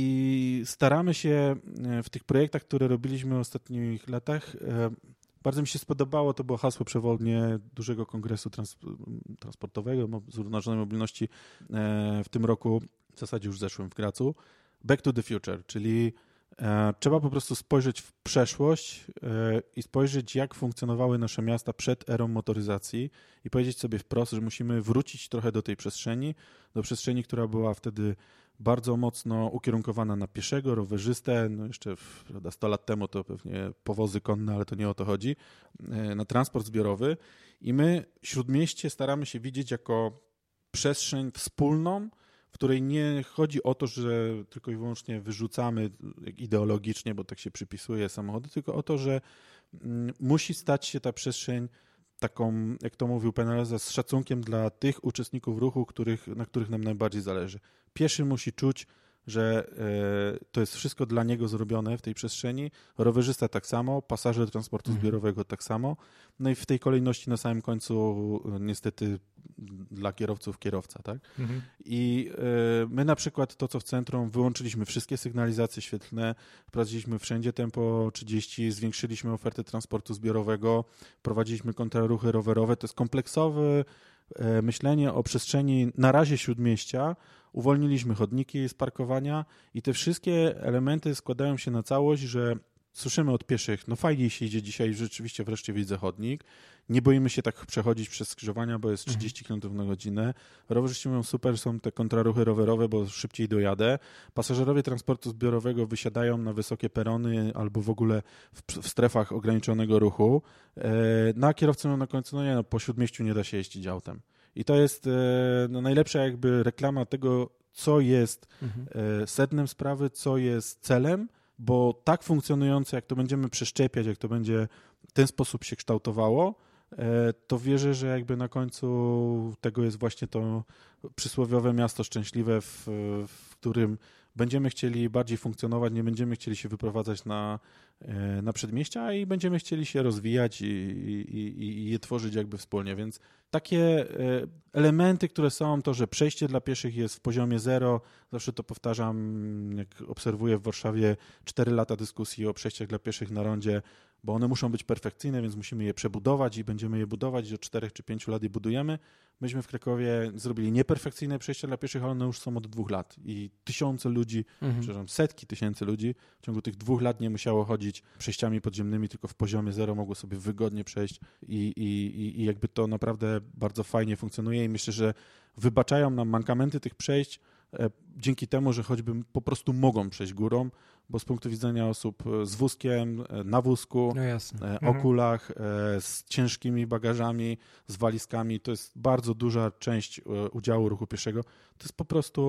C: I staramy się w tych projektach, które robiliśmy w ostatnich latach, bardzo mi się spodobało, to było hasło przewodnie dużego kongresu transportowego, zrównoważonej mobilności w tym roku, w zasadzie już zeszłym w Gracu, Back to the Future, czyli trzeba po prostu spojrzeć w przeszłość i spojrzeć, jak funkcjonowały nasze miasta przed erą motoryzacji i powiedzieć sobie wprost, że musimy wrócić trochę do tej przestrzeni, która była wtedy bardzo mocno ukierunkowana na pieszego, rowerzystę, no jeszcze 100 lat temu to pewnie powozy konne, ale to nie o to chodzi, na transport zbiorowy i my Śródmieście staramy się widzieć jako przestrzeń wspólną, w której nie chodzi o to, że tylko i wyłącznie wyrzucamy ideologicznie, bo tak się przypisuje samochody, tylko o to, że musi stać się ta przestrzeń taką, jak to mówił Penaleza, z szacunkiem dla tych uczestników ruchu, na których nam najbardziej zależy. Pieszy musi czuć, że to jest wszystko dla niego zrobione w tej przestrzeni, rowerzysta tak samo, pasażer transportu zbiorowego tak samo, no i w tej kolejności na samym końcu niestety dla kierowców kierowca, tak? I my na przykład to, co w centrum, wyłączyliśmy wszystkie sygnalizacje świetlne, wprowadziliśmy wszędzie tempo 30, zwiększyliśmy ofertę transportu zbiorowego, prowadziliśmy kontraruchy rowerowe, to jest kompleksowe myślenie o przestrzeni na razie Śródmieścia, uwolniliśmy chodniki z parkowania i te wszystkie elementy składają się na całość, że słyszymy od pieszych, no fajniej się idzie dzisiaj, rzeczywiście wreszcie widzę chodnik, nie boimy się tak przechodzić przez skrzyżowania, bo jest 30 km na godzinę, rowerzyści mówią super, są te kontraruchy rowerowe, bo szybciej dojadę, pasażerowie transportu zbiorowego wysiadają na wysokie perony albo w ogóle w strefach ograniczonego ruchu, na kierowcę na końcu, po Śródmieściu nie da się jeździć autem. I to jest najlepsza jakby reklama tego, co jest sednem sprawy, co jest celem, bo tak funkcjonujące, jak to będziemy przeszczepiać, jak to będzie w ten sposób się kształtowało, to wierzę, że jakby na końcu tego jest właśnie to przysłowiowe miasto szczęśliwe, w którym będziemy chcieli bardziej funkcjonować, nie będziemy chcieli się wyprowadzać na przedmieścia i będziemy chcieli się rozwijać i je tworzyć jakby wspólnie, więc takie elementy, które są, to, że przejście dla pieszych jest w poziomie 0, zawsze to powtarzam, jak obserwuję w Warszawie 4 lata dyskusji o przejściach dla pieszych na rondzie, bo one muszą być perfekcyjne, więc musimy je przebudować i będziemy je budować, do 4 czy 5 lat je budujemy. Myśmy w Krakowie zrobili nieperfekcyjne przejścia dla pieszych, ale one już są od 2 lat i tysiące ludzi, setki tysięcy ludzi w ciągu tych 2 lat nie musiało chodzić przejściami podziemnymi, tylko w poziomie 0 mogło sobie wygodnie przejść i jakby to naprawdę bardzo fajnie funkcjonuje i myślę, że wybaczają nam mankamenty tych przejść dzięki temu, że choćby po prostu mogą przejść górą, bo z punktu widzenia osób z wózkiem, na wózku, o kulach, z ciężkimi bagażami, z walizkami, to jest bardzo duża część udziału ruchu pieszego. To jest po prostu,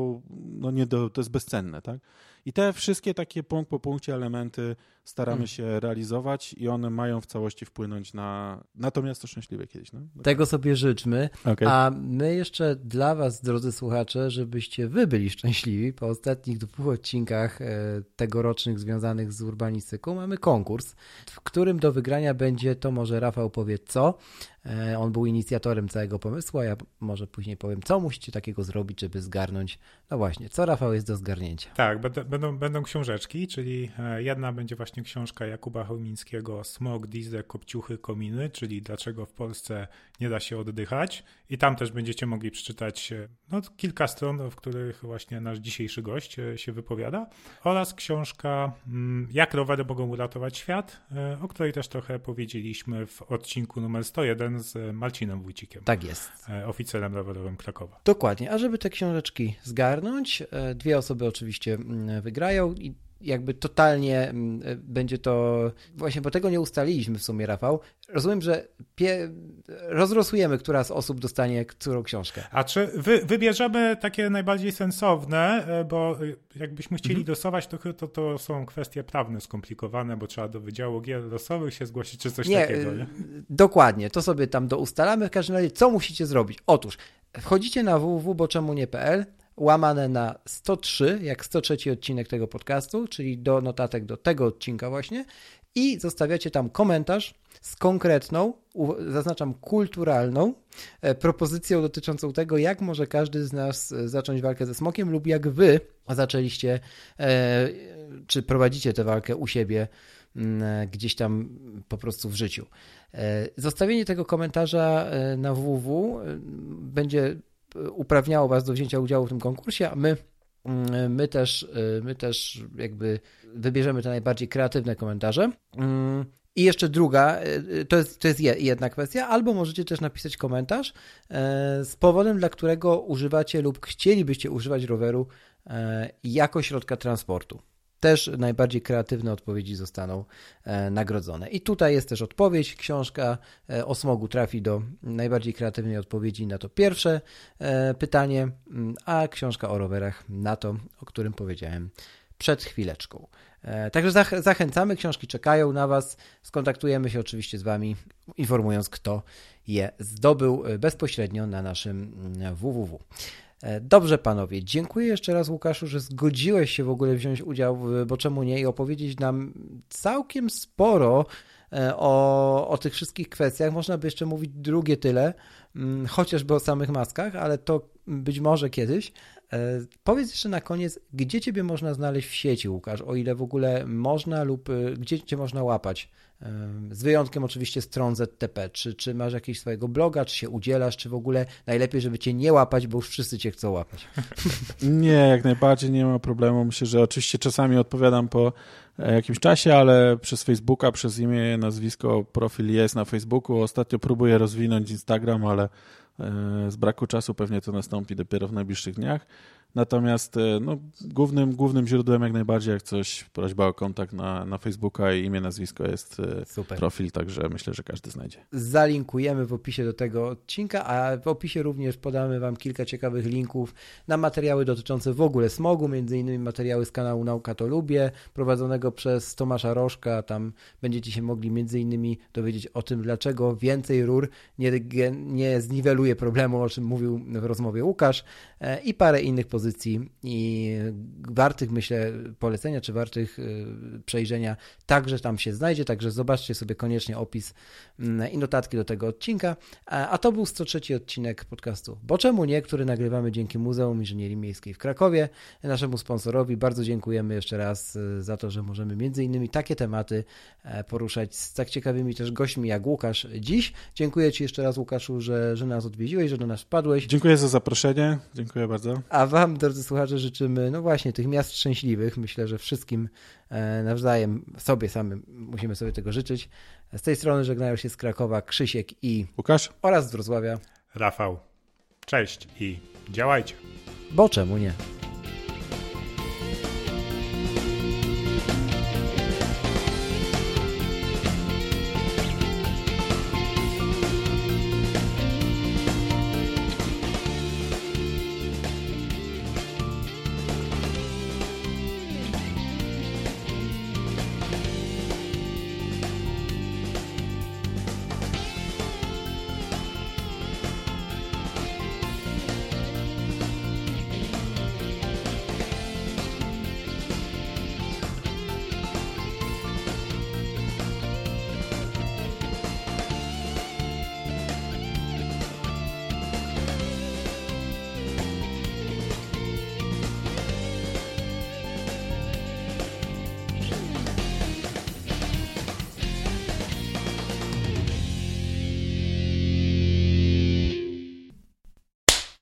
C: to jest bezcenne, tak? I te wszystkie takie punkt po punkcie elementy staramy się realizować i one mają w całości wpłynąć na to miasto szczęśliwe kiedyś. No?
B: Tego sobie życzmy.
C: Okay.
B: A my jeszcze dla was, drodzy słuchacze, żebyście wy byli szczęśliwi, po ostatnich 2 odcinkach tegorocznych związanych z urbanistyką mamy konkurs, w którym do wygrania będzie, to może Rafał powie co. On był inicjatorem całego pomysłu, a ja może później powiem, co musicie takiego zrobić, żeby zgarnąć. No właśnie, co Rafał jest do zgarnięcia?
A: Tak, będą książeczki, czyli jedna będzie właśnie książka Jakuba Chełmińskiego Smog, diesel, kopciuchy, kominy, czyli dlaczego w Polsce nie da się oddychać i tam też będziecie mogli przeczytać kilka stron, w których właśnie nasz dzisiejszy gość się wypowiada, oraz książka Jak rowery mogą uratować świat, o której też trochę powiedzieliśmy w odcinku numer 101 z Marcinem Wójcikiem.
B: Tak jest.
A: Oficerem rowerowym Krakowa.
B: Dokładnie, a żeby te książeczki zgarnąć, 2 osoby oczywiście wygrają i jakby totalnie będzie to, właśnie bo tego nie ustaliliśmy w sumie, Rafał. Rozumiem, że rozrosujemy, która z osób dostanie którą książkę.
A: A czy wybierzemy takie najbardziej sensowne, bo jakbyśmy chcieli losować, to są kwestie prawne skomplikowane, bo trzeba do Wydziału Gier Losowych się zgłosić, czy coś takiego. Nie?
B: Dokładnie, to sobie tam doustalamy. W każdym razie, co musicie zrobić? Otóż wchodzicie na www.boczemunie.pl, łamane na 103, jak 103 odcinek tego podcastu, czyli do notatek do tego odcinka właśnie, i zostawiacie tam komentarz z konkretną, zaznaczam kulturalną, propozycją dotyczącą tego, jak może każdy z nas zacząć walkę ze smokiem lub jak wy zaczęliście, czy prowadzicie tę walkę u siebie gdzieś tam po prostu w życiu. Zostawienie tego komentarza na www będzie uprawniało was do wzięcia udziału w tym konkursie, a my też jakby wybierzemy te najbardziej kreatywne komentarze. I jeszcze druga, to jest jedna kwestia, albo możecie też napisać komentarz z powodem, dla którego używacie lub chcielibyście używać roweru jako środka transportu. Też najbardziej kreatywne odpowiedzi zostaną nagrodzone. I tutaj jest też odpowiedź. Książka o smogu trafi do najbardziej kreatywnej odpowiedzi na to pierwsze pytanie, a książka o rowerach na to, o którym powiedziałem przed chwileczką. Także zachęcamy, książki czekają na was. Skontaktujemy się oczywiście z wami, informując, kto je zdobył bezpośrednio na naszym www. Dobrze, panowie, dziękuję jeszcze raz, Łukaszu, że zgodziłeś się w ogóle wziąć udział w Bo Czemu Nie i opowiedzieć nam całkiem sporo o tych wszystkich kwestiach. Można by jeszcze mówić drugie tyle, chociażby o samych maskach, ale to być może kiedyś. Powiedz jeszcze na koniec, gdzie ciebie można znaleźć w sieci, Łukasz, o ile w ogóle można lub gdzie cię można łapać? Z wyjątkiem oczywiście stron ZTP. Czy masz jakiegoś swojego bloga, czy się udzielasz, czy w ogóle najlepiej, żeby cię nie łapać, bo już wszyscy cię chcą łapać?
C: Nie, jak najbardziej nie ma problemu. Myślę, że oczywiście czasami odpowiadam po jakimś czasie, ale przez Facebooka, przez imię, nazwisko, profil jest na Facebooku. Ostatnio próbuję rozwinąć Instagram, ale z braku czasu pewnie to nastąpi dopiero w najbliższych dniach. Natomiast no, głównym źródłem jak najbardziej, jak coś, prośba o kontakt na Facebooka i imię, nazwisko jest super. Profil, także myślę, że każdy znajdzie.
B: Zalinkujemy w opisie do tego odcinka, a w opisie również podamy wam kilka ciekawych linków na materiały dotyczące w ogóle smogu, między innymi materiały z kanału Nauka to Lubię, prowadzonego przez Tomasza Rożka. Tam będziecie się mogli między innymi dowiedzieć o tym, dlaczego więcej rur nie zniweluje problemu, o czym mówił w rozmowie Łukasz, i parę innych pozycji i wartych, myślę, polecenia, czy wartych przejrzenia także tam się znajdzie, także zobaczcie sobie koniecznie opis i notatki do tego odcinka. A to był 103 odcinek podcastu Bo Czemu Nie, który nagrywamy dzięki Muzeum Inżynierii Miejskiej w Krakowie, naszemu sponsorowi. Bardzo dziękujemy jeszcze raz za to, że możemy między innymi takie tematy poruszać z tak ciekawymi też gośćmi jak Łukasz dziś. Dziękuję ci jeszcze raz, Łukaszu, że nas odwiedziłeś, że do nas wpadłeś.
C: Dziękuję za zaproszenie, dziękuję bardzo.
B: A wam, drodzy słuchacze, życzymy no właśnie tych miast szczęśliwych. Myślę, że wszystkim nawzajem sobie samym musimy sobie tego życzyć. Z tej strony żegnają się z Krakowa Krzysiek i
C: Łukasz
B: oraz z Wrocławia
A: Rafał. Cześć i działajcie.
B: Bo czemu nie?